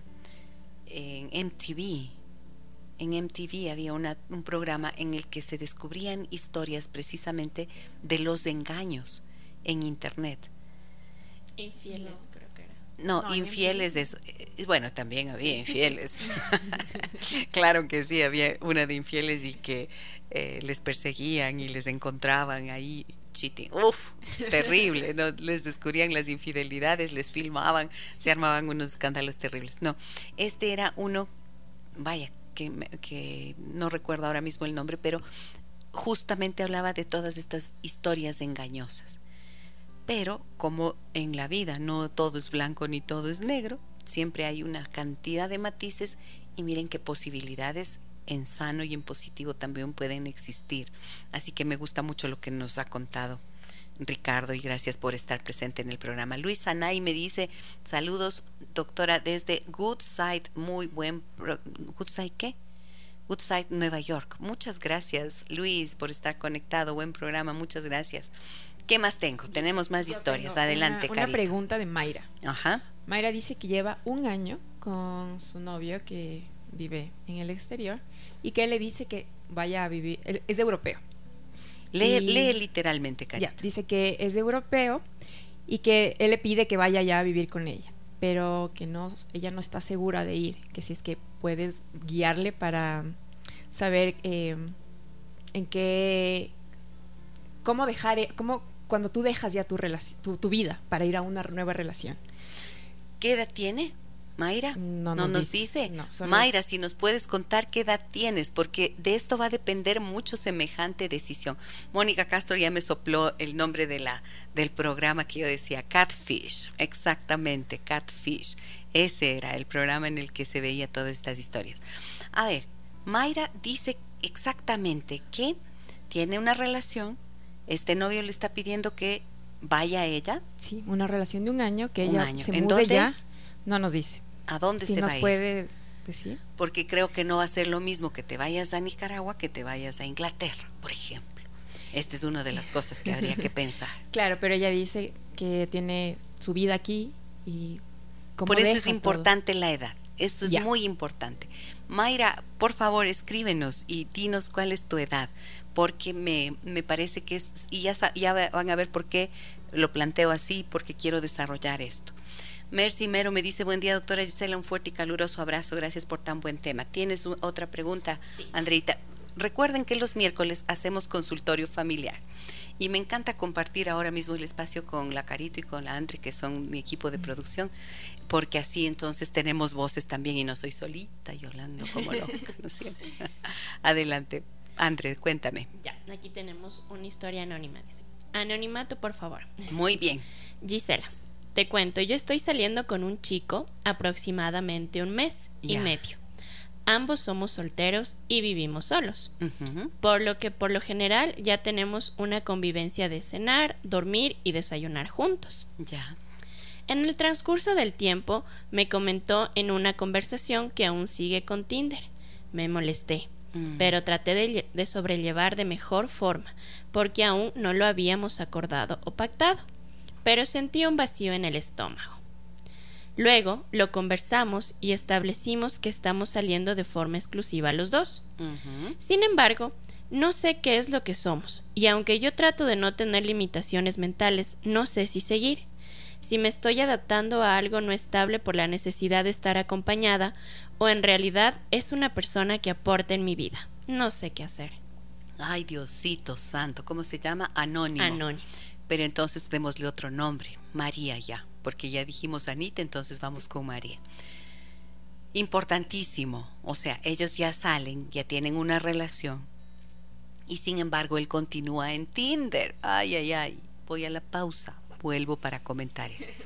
MTV. En MTV había un programa en el que se descubrían historias precisamente de los engaños en internet. Infieles, creo que era. No, infieles es, bueno, también había infieles. Claro que sí, había una de infieles y que les perseguían y les encontraban ahí cheating. Uf, terrible, ¿no? Les descubrían las infidelidades, les filmaban, se armaban unos escándalos terribles. No, este era uno, vaya, que no recuerdo ahora mismo el nombre, pero justamente hablaba de todas estas historias engañosas. Pero como en la vida no todo es blanco ni todo es negro, siempre hay una cantidad de matices, y miren qué posibilidades en sano y en positivo también pueden existir. Así que me gusta mucho lo que nos ha contado Ricardo, y gracias por estar presente en el programa. Luis Anay me dice: saludos, doctora, desde Woodside, muy buen ¿Woodside qué? Woodside, Nueva York. Muchas gracias, Luis, por estar conectado. Buen programa, muchas gracias. ¿Qué más tengo? Tenemos más historias. Adelante, Carito. Una pregunta de Mayra. Ajá. Mayra dice que lleva 1 año con su novio que vive en el exterior y que él le dice que vaya a vivir, es europeo. Lee literalmente, Carito. Ya, dice que es europeo y que él le pide que vaya ya a vivir con ella, pero que ella no está segura de ir, que si es que puedes guiarle para saber cuando tú dejas ya tu vida para ir a una nueva relación. ¿Qué edad tiene Mayra? No nos dice. No, Mayra, si nos puedes contar qué edad tienes, porque de esto va a depender mucho semejante decisión. Mónica Castro ya me sopló el nombre del programa que yo decía, Catfish, exactamente, Catfish. Ese era el programa en el que se veía todas estas historias. A ver, Mayra dice exactamente que tiene una relación, este novio le está pidiendo que vaya a ella. Sí, una relación de 1 año, que ella se mude ya. ¿Es? No nos dice. ¿A dónde se va a ir? Si nos puedes decir. Porque creo que no va a ser lo mismo que te vayas a Nicaragua que te vayas a Inglaterra, por ejemplo. Esta es una de las cosas que habría que pensar. Claro, pero ella dice que tiene su vida aquí y Por eso es importante la edad. Esto es muy importante. Mayra, por favor, escríbenos y dinos cuál es tu edad, porque me parece que es, y ya van a ver por qué lo planteo así, porque quiero desarrollar esto. Mercy Mero me dice, buen día, doctora Gisela, un fuerte y caluroso abrazo, gracias por tan buen tema. ¿Tienes otra pregunta, sí, Andreita? Recuerden que los miércoles hacemos consultorio familiar. Y me encanta compartir ahora mismo el espacio con la Carito y con la Andre, que son mi equipo de producción, porque así entonces tenemos voces también y no soy solita y hablando como loca, ¿no es cierto? Adelante, Andre, cuéntame. Ya, aquí tenemos una historia anónima, dice. Anonimato, por favor. Muy bien. Gisela, te cuento, yo estoy saliendo con un chico aproximadamente un mes y medio. Ambos somos solteros y vivimos solos, por lo que por lo general ya tenemos una convivencia de cenar, dormir y desayunar juntos. Ya. En el transcurso del tiempo me comentó en una conversación que aún sigue con Tinder. Me molesté, pero traté de sobrellevar de mejor forma, porque aún no lo habíamos acordado o pactado, pero sentí un vacío en el estómago. Luego lo conversamos y establecimos que estamos saliendo de forma exclusiva los dos. Sin embargo, no sé qué es lo que somos, y aunque yo trato de no tener limitaciones mentales, no sé si seguir. Si me estoy adaptando a algo no estable por la necesidad de estar acompañada, o en realidad es una persona que aporta en mi vida. No sé qué hacer. Ay, Diosito santo, ¿cómo se llama? Anónimo. Anónimo. Pero entonces démosle otro nombre, María ya, porque ya dijimos Anita, entonces vamos con María. Importantísimo, o sea, ellos ya salen, ya tienen una relación, y sin embargo él continúa en Tinder. Ay, ay, ay, voy a la pausa, vuelvo para comentar esto.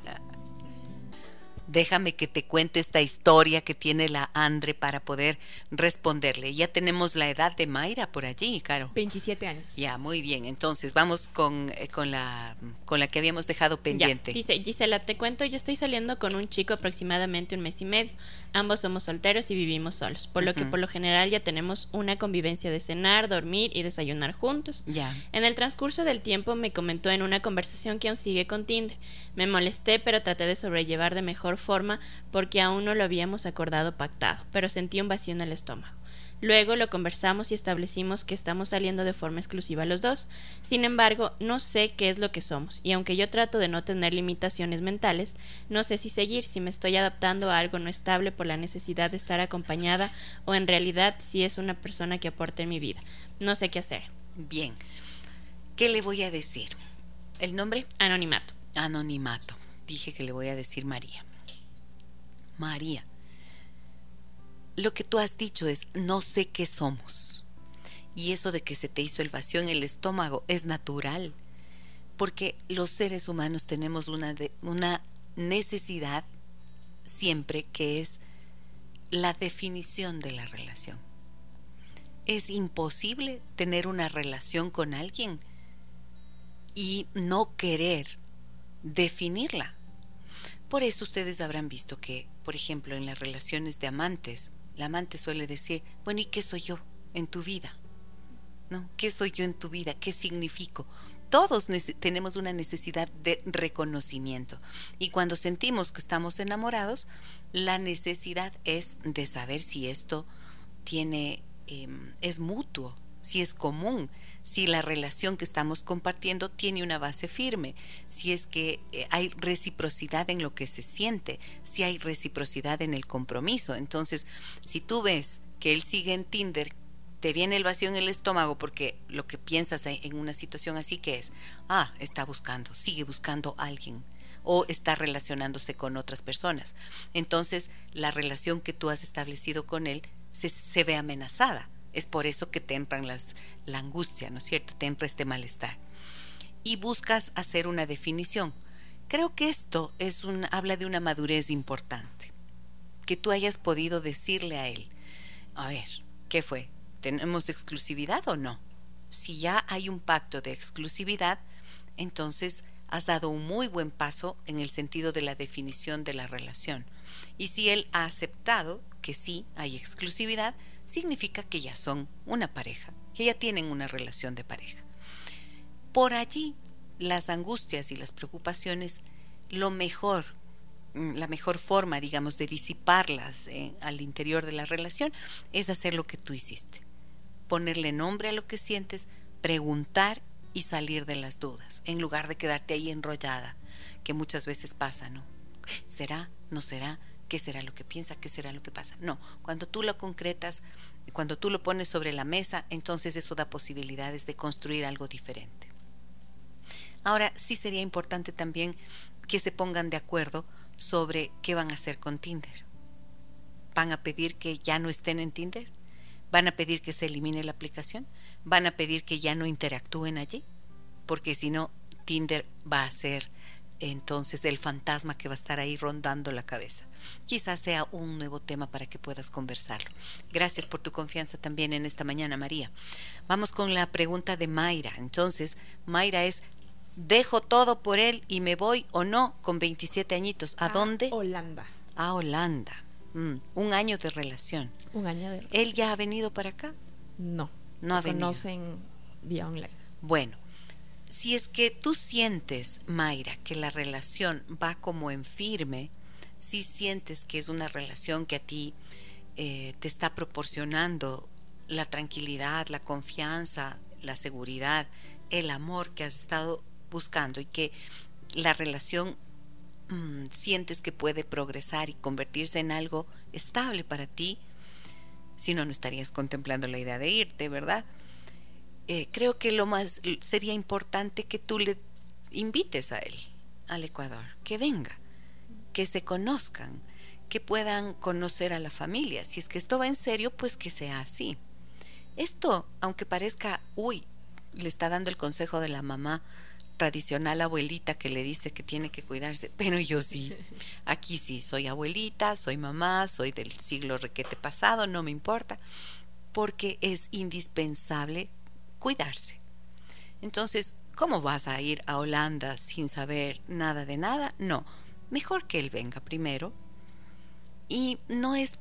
Déjame que te cuente esta historia que tiene la Andre para poder responderle. Ya tenemos la edad de Mayra por allí, Caro. 27 años. Ya, muy bien. Entonces, vamos con la que habíamos dejado pendiente. Ya, dice, Gisela, te cuento, yo estoy saliendo con un chico aproximadamente un mes y medio. Ambos somos solteros y vivimos solos, por lo que por lo general ya tenemos una convivencia de cenar, dormir y desayunar juntos. Ya. En el transcurso del tiempo me comentó en una conversación que aún sigue con Tinder. Me molesté, pero traté de sobrellevar de mejor forma porque aún no lo habíamos acordado pactado, pero sentí un vacío en el estómago. Luego lo conversamos y establecimos que estamos saliendo de forma exclusiva los dos. Sin embargo, no sé qué es lo que somos, y aunque yo trato de no tener limitaciones mentales, no sé si seguir, si me estoy adaptando a algo no estable por la necesidad de estar acompañada, o en realidad si es una persona que aporte en mi vida. No sé qué hacer. Bien. ¿Qué le voy a decir? ¿El nombre? Anonimato. Anonimato. Dije que le voy a decir María. María, lo que tú has dicho es, no sé qué somos. Y eso de que se te hizo el vacío en el estómago es natural, porque los seres humanos tenemos una necesidad siempre, que es la definición de la relación. Es imposible tener una relación con alguien y no querer definirla. Por eso ustedes habrán visto que, por ejemplo, en las relaciones de amantes, la amante suele decir, bueno, ¿y qué soy yo en tu vida? ¿No? ¿Qué soy yo en tu vida? ¿Qué significo? Todos tenemos una necesidad de reconocimiento. Y cuando sentimos que estamos enamorados, la necesidad es de saber si esto es mutuo, si es común, si la relación que estamos compartiendo tiene una base firme, si es que hay reciprocidad en lo que se siente, si hay reciprocidad en el compromiso. Entonces, si tú ves que él sigue en Tinder, te viene el vacío en el estómago porque lo que piensas en una situación así que es, sigue buscando a alguien o está relacionándose con otras personas. Entonces, la relación que tú has establecido con él se ve amenazada. Es por eso que te entran la angustia, ¿no es cierto? Te entra este malestar. Y buscas hacer una definición. Creo que esto habla de una madurez importante. Que tú hayas podido decirle a él, a ver, ¿qué fue? ¿Tenemos exclusividad o no? Si ya hay un pacto de exclusividad, entonces has dado un muy buen paso en el sentido de la definición de la relación. Y si él ha aceptado que sí hay exclusividad, significa que ya son una pareja, que ya tienen una relación de pareja. Por allí, las angustias y las preocupaciones, lo mejor la mejor forma, digamos, de disiparlas al interior de la relación es hacer lo que tú hiciste. Ponerle nombre a lo que sientes, preguntar y salir de las dudas, en lugar de quedarte ahí enrollada, que muchas veces pasa, ¿no? ¿Será? ¿No será? ¿Qué será lo que piensa? ¿Qué será lo que pasa? No, cuando tú lo concretas, cuando tú lo pones sobre la mesa, entonces eso da posibilidades de construir algo diferente. Ahora, sí sería importante también que se pongan de acuerdo sobre qué van a hacer con Tinder. ¿Van a pedir que ya no estén en Tinder? ¿Van a pedir que se elimine la aplicación? ¿Van a pedir que ya no interactúen allí? Porque si no, Tinder va a ser entonces el fantasma que va a estar ahí rondando la cabeza. Quizás sea un nuevo tema para que puedas conversarlo. Gracias por tu confianza también en esta mañana, María. Vamos con la pregunta de Mayra. Entonces, Mayra es: ¿dejo todo por él y me voy o no con 27 añitos? ¿A dónde? Holanda. A Holanda. 1 año de relación. 1 año de relación. ¿Él ya ha venido para acá? No. No ha venido. Conocen vía online. Bueno, si es que tú sientes, Mayra, que la relación va como en firme, si sientes que es una relación que a ti te está proporcionando la tranquilidad, la confianza, la seguridad, el amor que has estado buscando, y que la relación sientes que puede progresar y convertirse en algo estable para ti, si no, no estarías contemplando la idea de irte, ¿verdad? Creo que lo más sería importante que tú le invites a él al Ecuador, que venga, que se conozcan, que puedan conocer a la familia. Si es que esto va en serio, pues que sea así. Esto, aunque parezca, le está dando el consejo de la mamá tradicional, abuelita, que le dice que tiene que cuidarse, pero yo sí, aquí sí, soy abuelita, soy mamá, soy del siglo requete pasado, no me importa, porque es indispensable cuidarse. Entonces, ¿cómo vas a ir a Holanda sin saber nada de nada? No, mejor que él venga primero. Y no es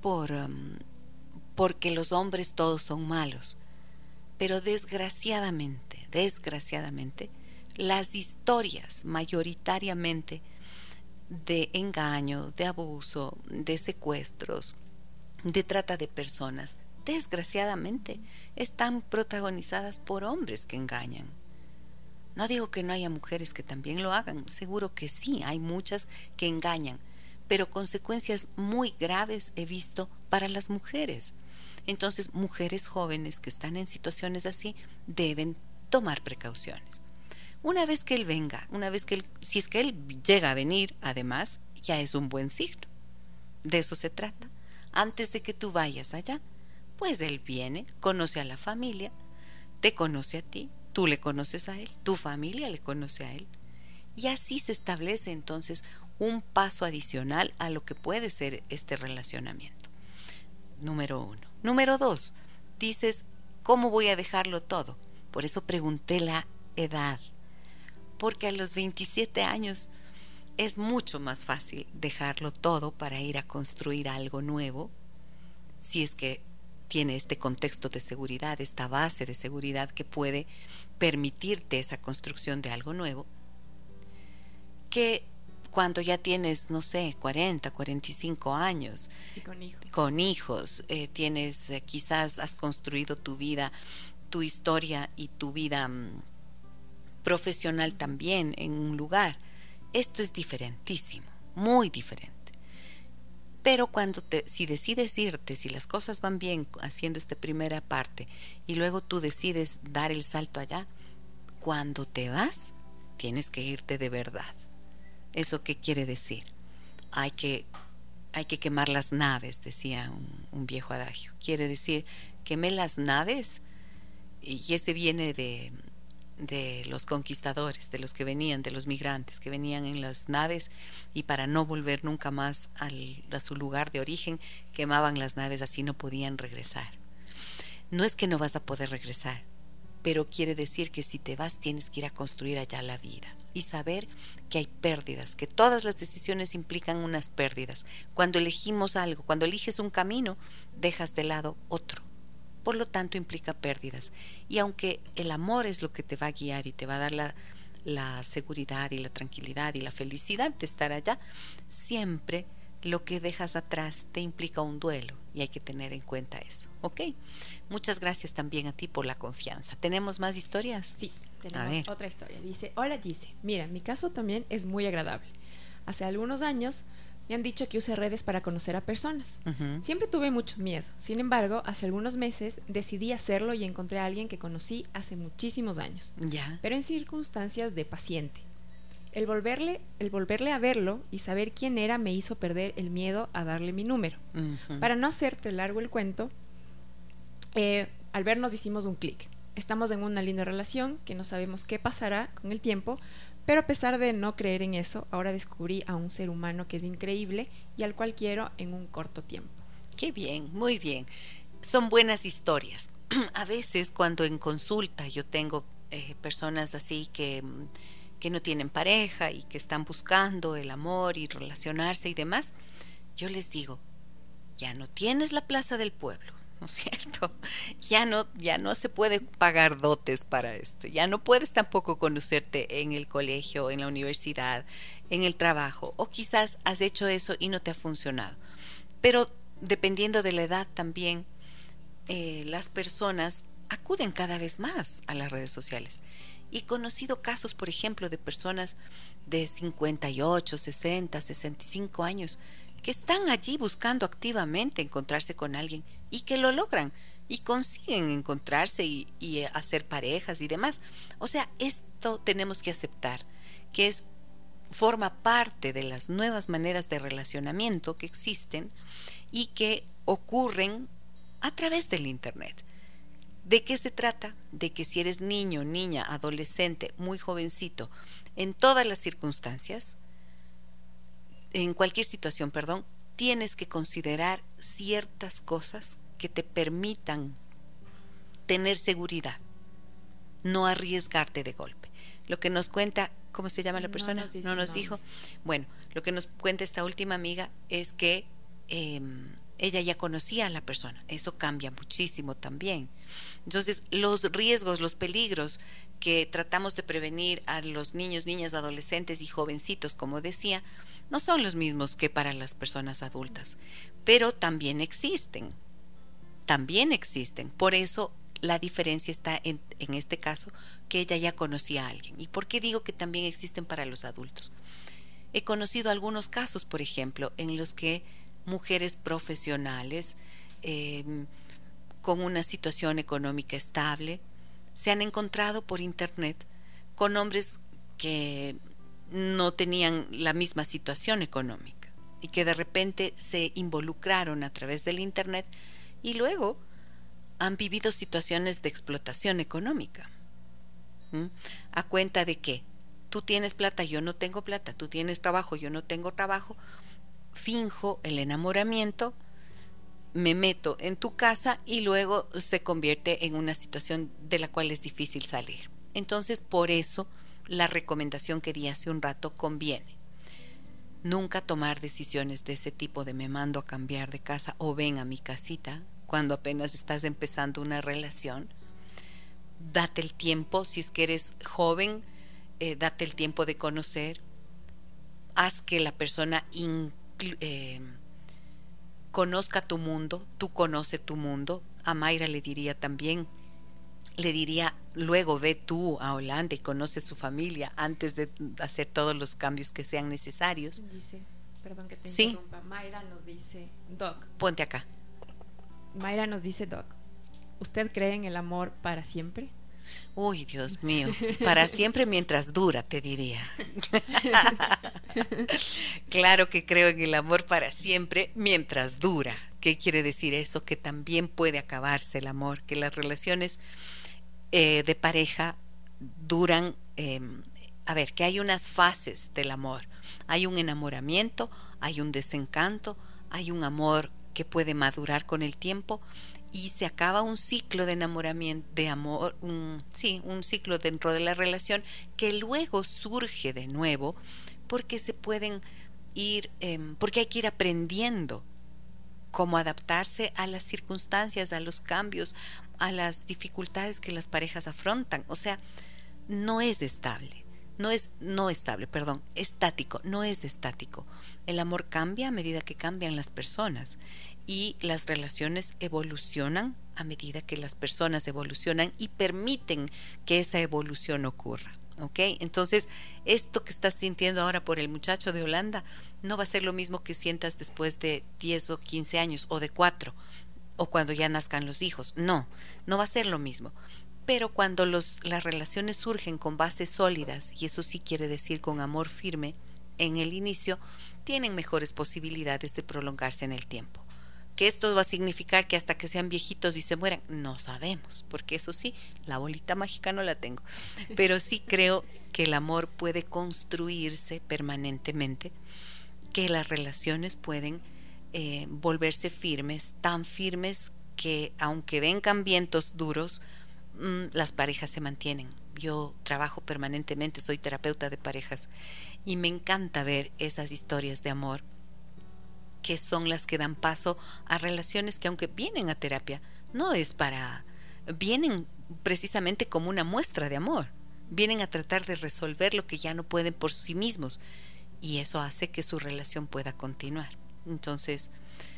porque los hombres todos son malos, pero desgraciadamente, las historias mayoritariamente de engaño, de abuso, de secuestros, de trata de personas, desgraciadamente están protagonizadas por hombres que engañan. No digo que no haya mujeres que también lo hagan, seguro que sí, hay muchas que engañan, pero consecuencias muy graves he visto para las mujeres. Entonces, mujeres jóvenes que están en situaciones así deben tomar precauciones. Una vez que él venga, si es que él llega a venir, además, ya es un buen signo. De eso se trata. Antes de que tú vayas allá, pues él viene, conoce a la familia, te conoce a ti, tú le conoces a él, tu familia le conoce a él, y así se establece entonces un paso adicional a lo que puede ser este relacionamiento. Número 1. Número 2, dices, ¿cómo voy a dejarlo todo? Por eso pregunté la edad, porque a los 27 años es mucho más fácil dejarlo todo para ir a construir algo nuevo, si es que tiene este contexto de seguridad, esta base de seguridad que puede permitirte esa construcción de algo nuevo, que cuando ya tienes, no sé, 40, 45 años, y con hijos, tienes, quizás has construido tu vida, tu historia y tu vida profesional también en un lugar. Esto es diferentísimo, muy diferente. Pero si decides irte, si las cosas van bien haciendo esta primera parte y luego tú decides dar el salto allá, cuando te vas, tienes que irte de verdad. ¿Eso qué quiere decir? Hay que quemar las naves, decía un viejo adagio. Quiere decir, quemé las naves, y ese viene de los conquistadores, de los que venían, de los migrantes que venían en las naves, y para no volver nunca más a su lugar de origen, quemaban las naves, así no podían regresar. No es que no vas a poder regresar, pero quiere decir que si te vas tienes que ir a construir allá la vida y saber que hay pérdidas, que todas las decisiones implican unas pérdidas. Cuando elegimos algo, cuando eliges un camino, dejas de lado otro. Por lo tanto, implica pérdidas. Y aunque el amor es lo que te va a guiar y te va a dar la seguridad y la tranquilidad y la felicidad de estar allá, siempre lo que dejas atrás te implica un duelo y hay que tener en cuenta eso, ¿ok? Muchas gracias también a ti por la confianza. ¿Tenemos más historias? Sí, tenemos otra historia. Dice, hola Gise, mira, mi caso también es muy agradable. Hace algunos años me han dicho que use redes para conocer a personas. Siempre tuve mucho miedo. Sin embargo, hace algunos meses decidí hacerlo y encontré a alguien que conocí hace muchísimos años. Pero en circunstancias de paciente. El volverle a verlo y saber quién era me hizo perder el miedo a darle mi número. Para no hacerte largo el cuento, al vernos hicimos un clic. Estamos en una linda relación que no sabemos qué pasará con el tiempo, pero a pesar de no creer en eso, ahora descubrí a un ser humano que es increíble y al cual quiero en un corto tiempo. Qué bien, muy bien. Son buenas historias. A veces cuando en consulta yo tengo personas así que no tienen pareja y que están buscando el amor y relacionarse y demás, yo les digo, ya no tienes la plaza del pueblo, ¿no es cierto? Ya no se puede pagar dotes para esto, ya no puedes tampoco conocerte en el colegio, en la universidad, en el trabajo, o quizás has hecho eso y no te ha funcionado. Pero dependiendo de la edad también, las personas acuden cada vez más a las redes sociales. Y he conocido casos, por ejemplo, de personas de 58, 60, 65 años que están allí buscando activamente encontrarse con alguien y que lo logran y consiguen encontrarse y hacer parejas y demás. O sea, esto tenemos que aceptar, que forma parte de las nuevas maneras de relacionamiento que existen y que ocurren a través del Internet. ¿De qué se trata? De que si eres niño, niña, adolescente, muy jovencito, en todas las circunstancias, en cualquier situación, tienes que considerar ciertas cosas que te permitan tener seguridad, no arriesgarte de golpe. Lo que nos cuenta, ¿cómo se llama la persona? No nos dijo. Bueno, lo que nos cuenta esta última amiga es que ella ya conocía a la persona. Eso cambia muchísimo también. Entonces, los riesgos, los peligros que tratamos de prevenir a los niños, niñas, adolescentes y jovencitos, como decía, no son los mismos que para las personas adultas, pero también existen. Por eso la diferencia está en este caso, que ella ya conocía a alguien. ¿Y por qué digo que también existen para los adultos? He conocido algunos casos, por ejemplo, en los que mujeres profesionales con una situación económica estable se han encontrado por internet con hombres que no tenían la misma situación económica y que de repente se involucraron a través del internet y luego han vivido situaciones de explotación económica. ¿A cuenta de qué? Tú tienes plata, yo no tengo plata, tú tienes trabajo, yo no tengo trabajo, finjo el enamoramiento, me meto en tu casa y luego se convierte en una situación de la cual es difícil salir. Entonces, por eso la recomendación que di hace un rato conviene. Nunca tomar decisiones de ese tipo de me mando a cambiar de casa o ven a mi casita cuando apenas estás empezando una relación. Date el tiempo, si es que eres joven, date el tiempo de conocer. Haz que la persona conozca tu mundo, tú conoce tu mundo. A Mayra le diría luego ve tú a Holanda y conoce su familia antes de hacer todos los cambios que sean necesarios. Dice, perdón que te interrumpa, Mayra nos dice, Doc. Ponte acá. Mayra nos dice, Doc, ¿usted cree en el amor para siempre? Uy, Dios mío, para siempre mientras dura, te diría. Claro que creo en el amor para siempre mientras dura. ¿Qué quiere decir eso? Que también puede acabarse el amor, que las relaciones de pareja duran, que hay unas fases del amor. Hay un enamoramiento, hay un desencanto, hay un amor que puede madurar con el tiempo y se acaba un ciclo de enamoramiento, de amor, un ciclo dentro de la relación que luego surge de nuevo porque se pueden ir, porque hay que ir aprendiendo cómo adaptarse a las circunstancias, a los cambios, a las dificultades que las parejas afrontan. O sea, no es estable. estático, no es estático. El amor cambia a medida que cambian las personas y las relaciones evolucionan a medida que las personas evolucionan y permiten que esa evolución ocurra. ¿Ok? Entonces, esto que estás sintiendo ahora por el muchacho de Holanda no va a ser lo mismo que sientas después de 10 o 15 años o de 4 o cuando ya nazcan los hijos. No va a ser lo mismo. Pero cuando las relaciones surgen con bases sólidas, y eso sí quiere decir con amor firme en el inicio, tienen mejores posibilidades de prolongarse en el tiempo. ¿Que esto va a significar que hasta que sean viejitos y se mueran? No sabemos, porque eso sí, la bolita mágica no la tengo. Pero sí creo que el amor puede construirse permanentemente, que las relaciones pueden volverse firmes, tan firmes que aunque vengan vientos duros, las parejas se mantienen. Yo trabajo permanentemente, soy terapeuta de parejas y me encanta ver esas historias de amor que son las que dan paso a relaciones que aunque vienen a terapia, vienen precisamente como una muestra de amor, vienen a tratar de resolver lo que ya no pueden por sí mismos y eso hace que su relación pueda continuar. Entonces,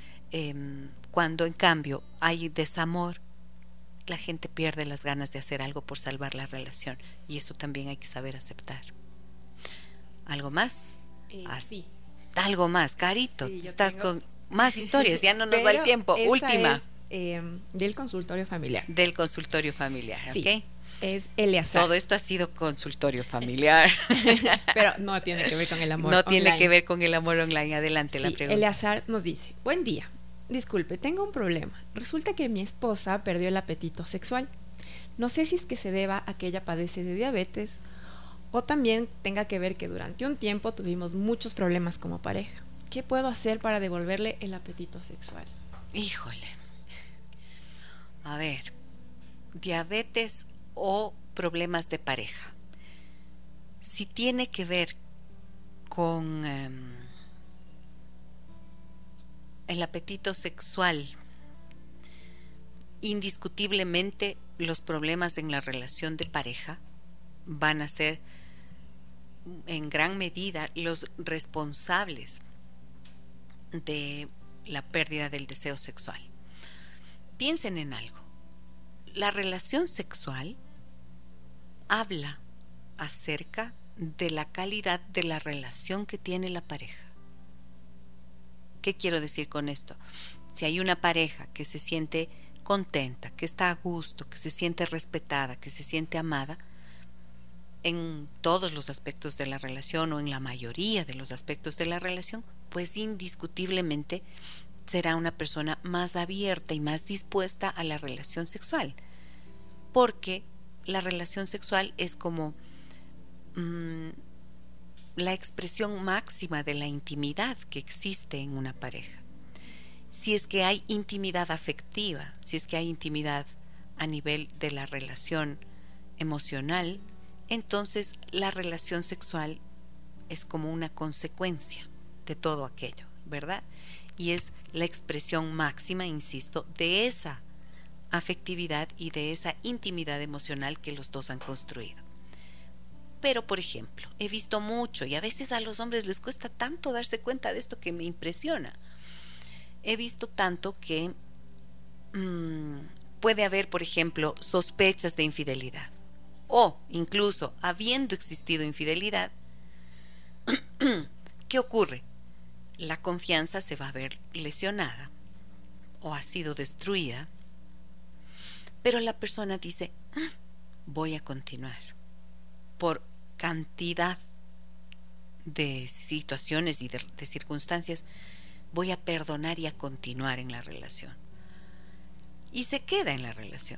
cuando en cambio hay desamor, la gente pierde las ganas de hacer algo por salvar la relación y eso también hay que saber aceptar. ¿Algo más? Sí. Algo más, Carito, sí, estás con más historias, ya no nos da el tiempo. Última. Del consultorio familiar. Del consultorio familiar, sí, ¿ok? Es Eleazar. Todo esto ha sido consultorio familiar. Pero no tiene que ver con el amor online. Tiene que ver con el amor online. Adelante, sí, la pregunta. Eleazar nos dice, buen día, disculpe, tengo un problema. Resulta que mi esposa perdió el apetito sexual. No sé si es que se deba a que ella padece de diabetes o también tenga que ver que durante un tiempo tuvimos muchos problemas como pareja. ¿Qué puedo hacer para devolverle el apetito sexual? Híjole. A ver, diabetes o problemas de pareja. Si tiene que ver con el apetito sexual, indiscutiblemente los problemas en la relación de pareja van a ser en gran medida los responsables de la pérdida del deseo sexual. Piensen en algo. La relación sexual habla acerca de la calidad de la relación que tiene la pareja. ¿Qué quiero decir con esto? Si hay una pareja que se siente contenta, que está a gusto, que se siente respetada, que se siente amada, en todos los aspectos de la relación o en la mayoría de los aspectos de la relación, pues indiscutiblemente será una persona más abierta y más dispuesta a la relación sexual, porque la relación sexual es como la expresión máxima de la intimidad que existe en una pareja. Si es que hay intimidad afectiva, si es que hay intimidad a nivel de la relación emocional, entonces la relación sexual es como una consecuencia de todo aquello, ¿verdad? Y es la expresión máxima, insisto, de esa afectividad y de esa intimidad emocional que los dos han construido. Pero, por ejemplo, he visto mucho, y a veces a los hombres les cuesta tanto darse cuenta de esto que me impresiona. He visto tanto que puede haber, por ejemplo, sospechas de infidelidad. O incluso habiendo existido infidelidad, ¿qué ocurre? La confianza se va a ver lesionada o ha sido destruida, pero la persona dice, voy a continuar. Por cantidad de situaciones y de circunstancias, voy a perdonar y a continuar en la relación. Y se queda en la relación.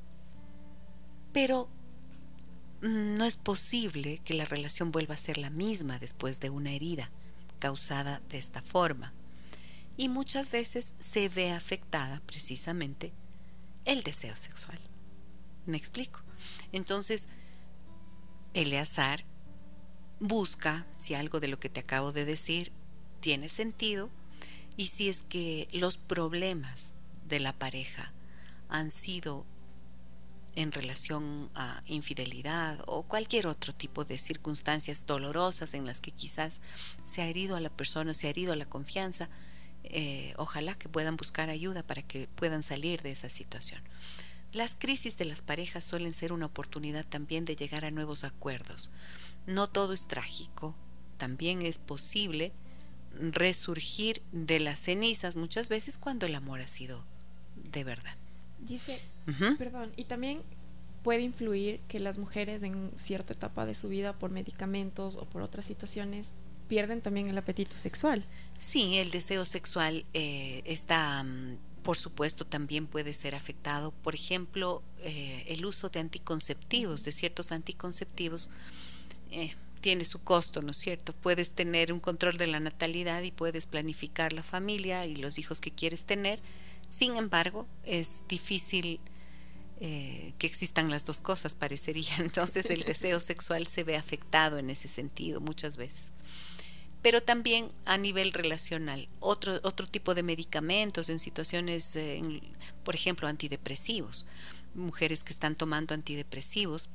Pero no es posible que la relación vuelva a ser la misma después de una herida causada de esta forma. Y muchas veces se ve afectada precisamente el deseo sexual. ¿Me explico? Entonces, Eleazar busca si algo de lo que te acabo de decir tiene sentido y si es que los problemas de la pareja han sido en relación a infidelidad o cualquier otro tipo de circunstancias dolorosas en las que quizás se ha herido a la persona, se ha herido a la confianza, ojalá que puedan buscar ayuda para que puedan salir de esa situación. Las crisis de las parejas suelen ser una oportunidad también de llegar a nuevos acuerdos. No todo es trágico, también es posible resurgir de las cenizas muchas veces cuando el amor ha sido de verdad. Dice, perdón, y también puede influir que las mujeres en cierta etapa de su vida por medicamentos o por otras situaciones pierden también el apetito sexual. Sí, el deseo sexual está, por supuesto, también puede ser afectado. Por ejemplo, el uso de anticonceptivos, de ciertos anticonceptivos, tiene su costo, ¿no es cierto? Puedes tener un control de la natalidad y puedes planificar la familia y los hijos que quieres tener. Sin embargo, es difícil que existan las dos cosas, parecería. Entonces el deseo sexual se ve afectado en ese sentido muchas veces. Pero también a nivel relacional, otro tipo de medicamentos en situaciones, por ejemplo, antidepresivos. Mujeres que están tomando antidepresivos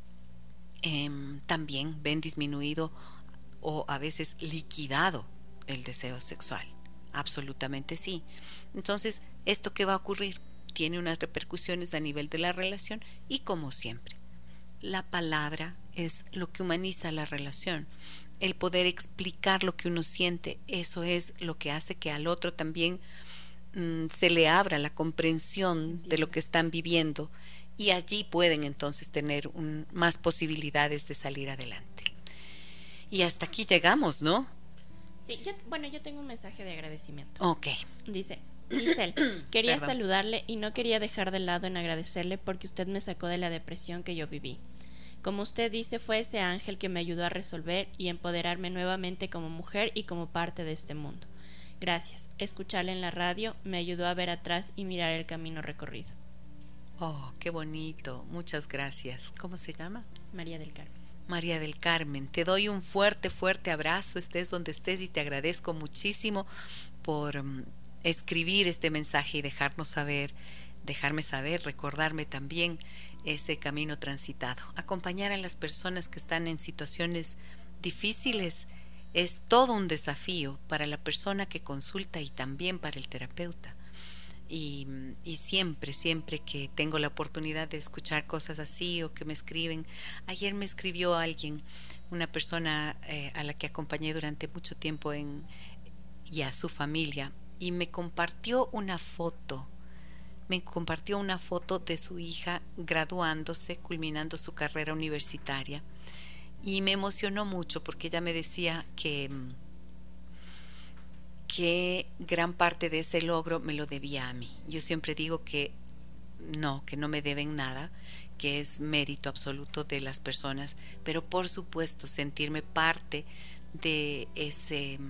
también ven disminuido o a veces liquidado el deseo sexual. Absolutamente sí. Entonces, ¿esto qué va a ocurrir? Tiene unas repercusiones a nivel de la relación y, como siempre, la palabra es lo que humaniza la relación. El poder explicar lo que uno siente, eso es lo que hace que al otro también se le abra la comprensión de lo que están viviendo y allí pueden entonces tener más posibilidades de salir adelante. Y hasta aquí llegamos, ¿no? Sí, yo tengo un mensaje de agradecimiento. Ok. Dice, Giselle, quería saludarle y no quería dejar de lado en agradecerle porque usted me sacó de la depresión que yo viví. Como usted dice, fue ese ángel que me ayudó a resolver y empoderarme nuevamente como mujer y como parte de este mundo. Gracias. Escucharle en la radio me ayudó a ver atrás y mirar el camino recorrido. Oh, qué bonito. Muchas gracias. ¿Cómo se llama? María del Carmen. María del Carmen, te doy un fuerte, fuerte abrazo, estés donde estés, y te agradezco muchísimo por escribir este mensaje y dejarme saber, recordarme también ese camino transitado. Acompañar a las personas que están en situaciones difíciles es todo un desafío para la persona que consulta y también para el terapeuta. Y siempre que tengo la oportunidad de escuchar cosas así o que me escriben. Ayer me escribió alguien, una persona a la que acompañé durante mucho tiempo y a su familia, y me compartió una foto de su hija graduándose, culminando su carrera universitaria, y me emocionó mucho porque ella me decía que gran parte de ese logro me lo debía a mí. Yo siempre digo que no me deben nada, que es mérito absoluto de las personas, pero por supuesto sentirme parte de ese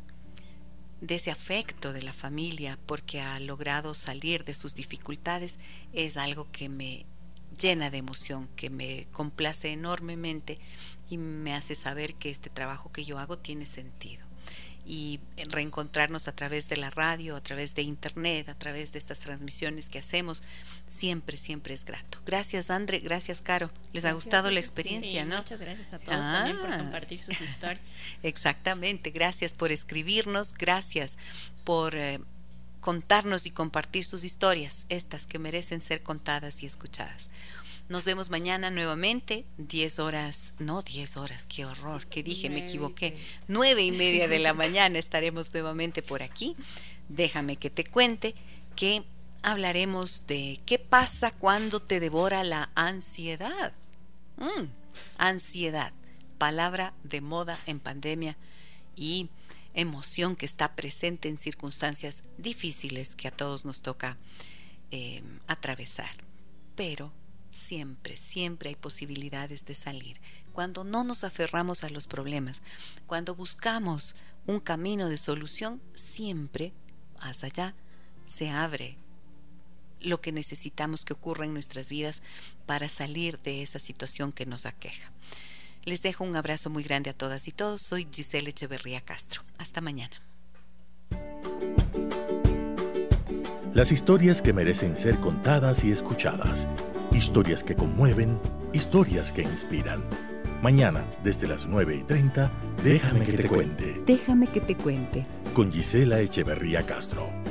afecto de la familia porque ha logrado salir de sus dificultades es algo que me llena de emoción, que me complace enormemente y me hace saber que este trabajo que yo hago tiene sentido. Y reencontrarnos a través de la radio, a través de internet, a través de estas transmisiones que hacemos, siempre es grato. Gracias, André, gracias, Caro. ¿Les ha gustado la experiencia, sí, no? Muchas gracias a todos también por compartir sus historias. Exactamente, gracias por escribirnos, gracias por contarnos y compartir sus historias, estas que merecen ser contadas y escuchadas. Nos vemos mañana nuevamente, 10 horas, qué horror, que dije, me equivoqué, 9:30 de la mañana estaremos nuevamente por aquí. Déjame que te cuente que hablaremos de qué pasa cuando te devora la ansiedad. Ansiedad, palabra de moda en pandemia y emoción que está presente en circunstancias difíciles que a todos nos toca atravesar, pero siempre hay posibilidades de salir. Cuando no nos aferramos a los problemas, cuando buscamos un camino de solución, siempre, más allá, se abre lo que necesitamos que ocurra en nuestras vidas para salir de esa situación que nos aqueja. Les dejo un abrazo muy grande a todas y todos. Soy Giselle Echeverría Castro. Hasta mañana. Las historias que merecen ser contadas y escuchadas. Historias que conmueven, historias que inspiran. Mañana, desde las 9:30, Déjame que te cuente. Déjame que te cuente. Con Gisela Echeverría Castro.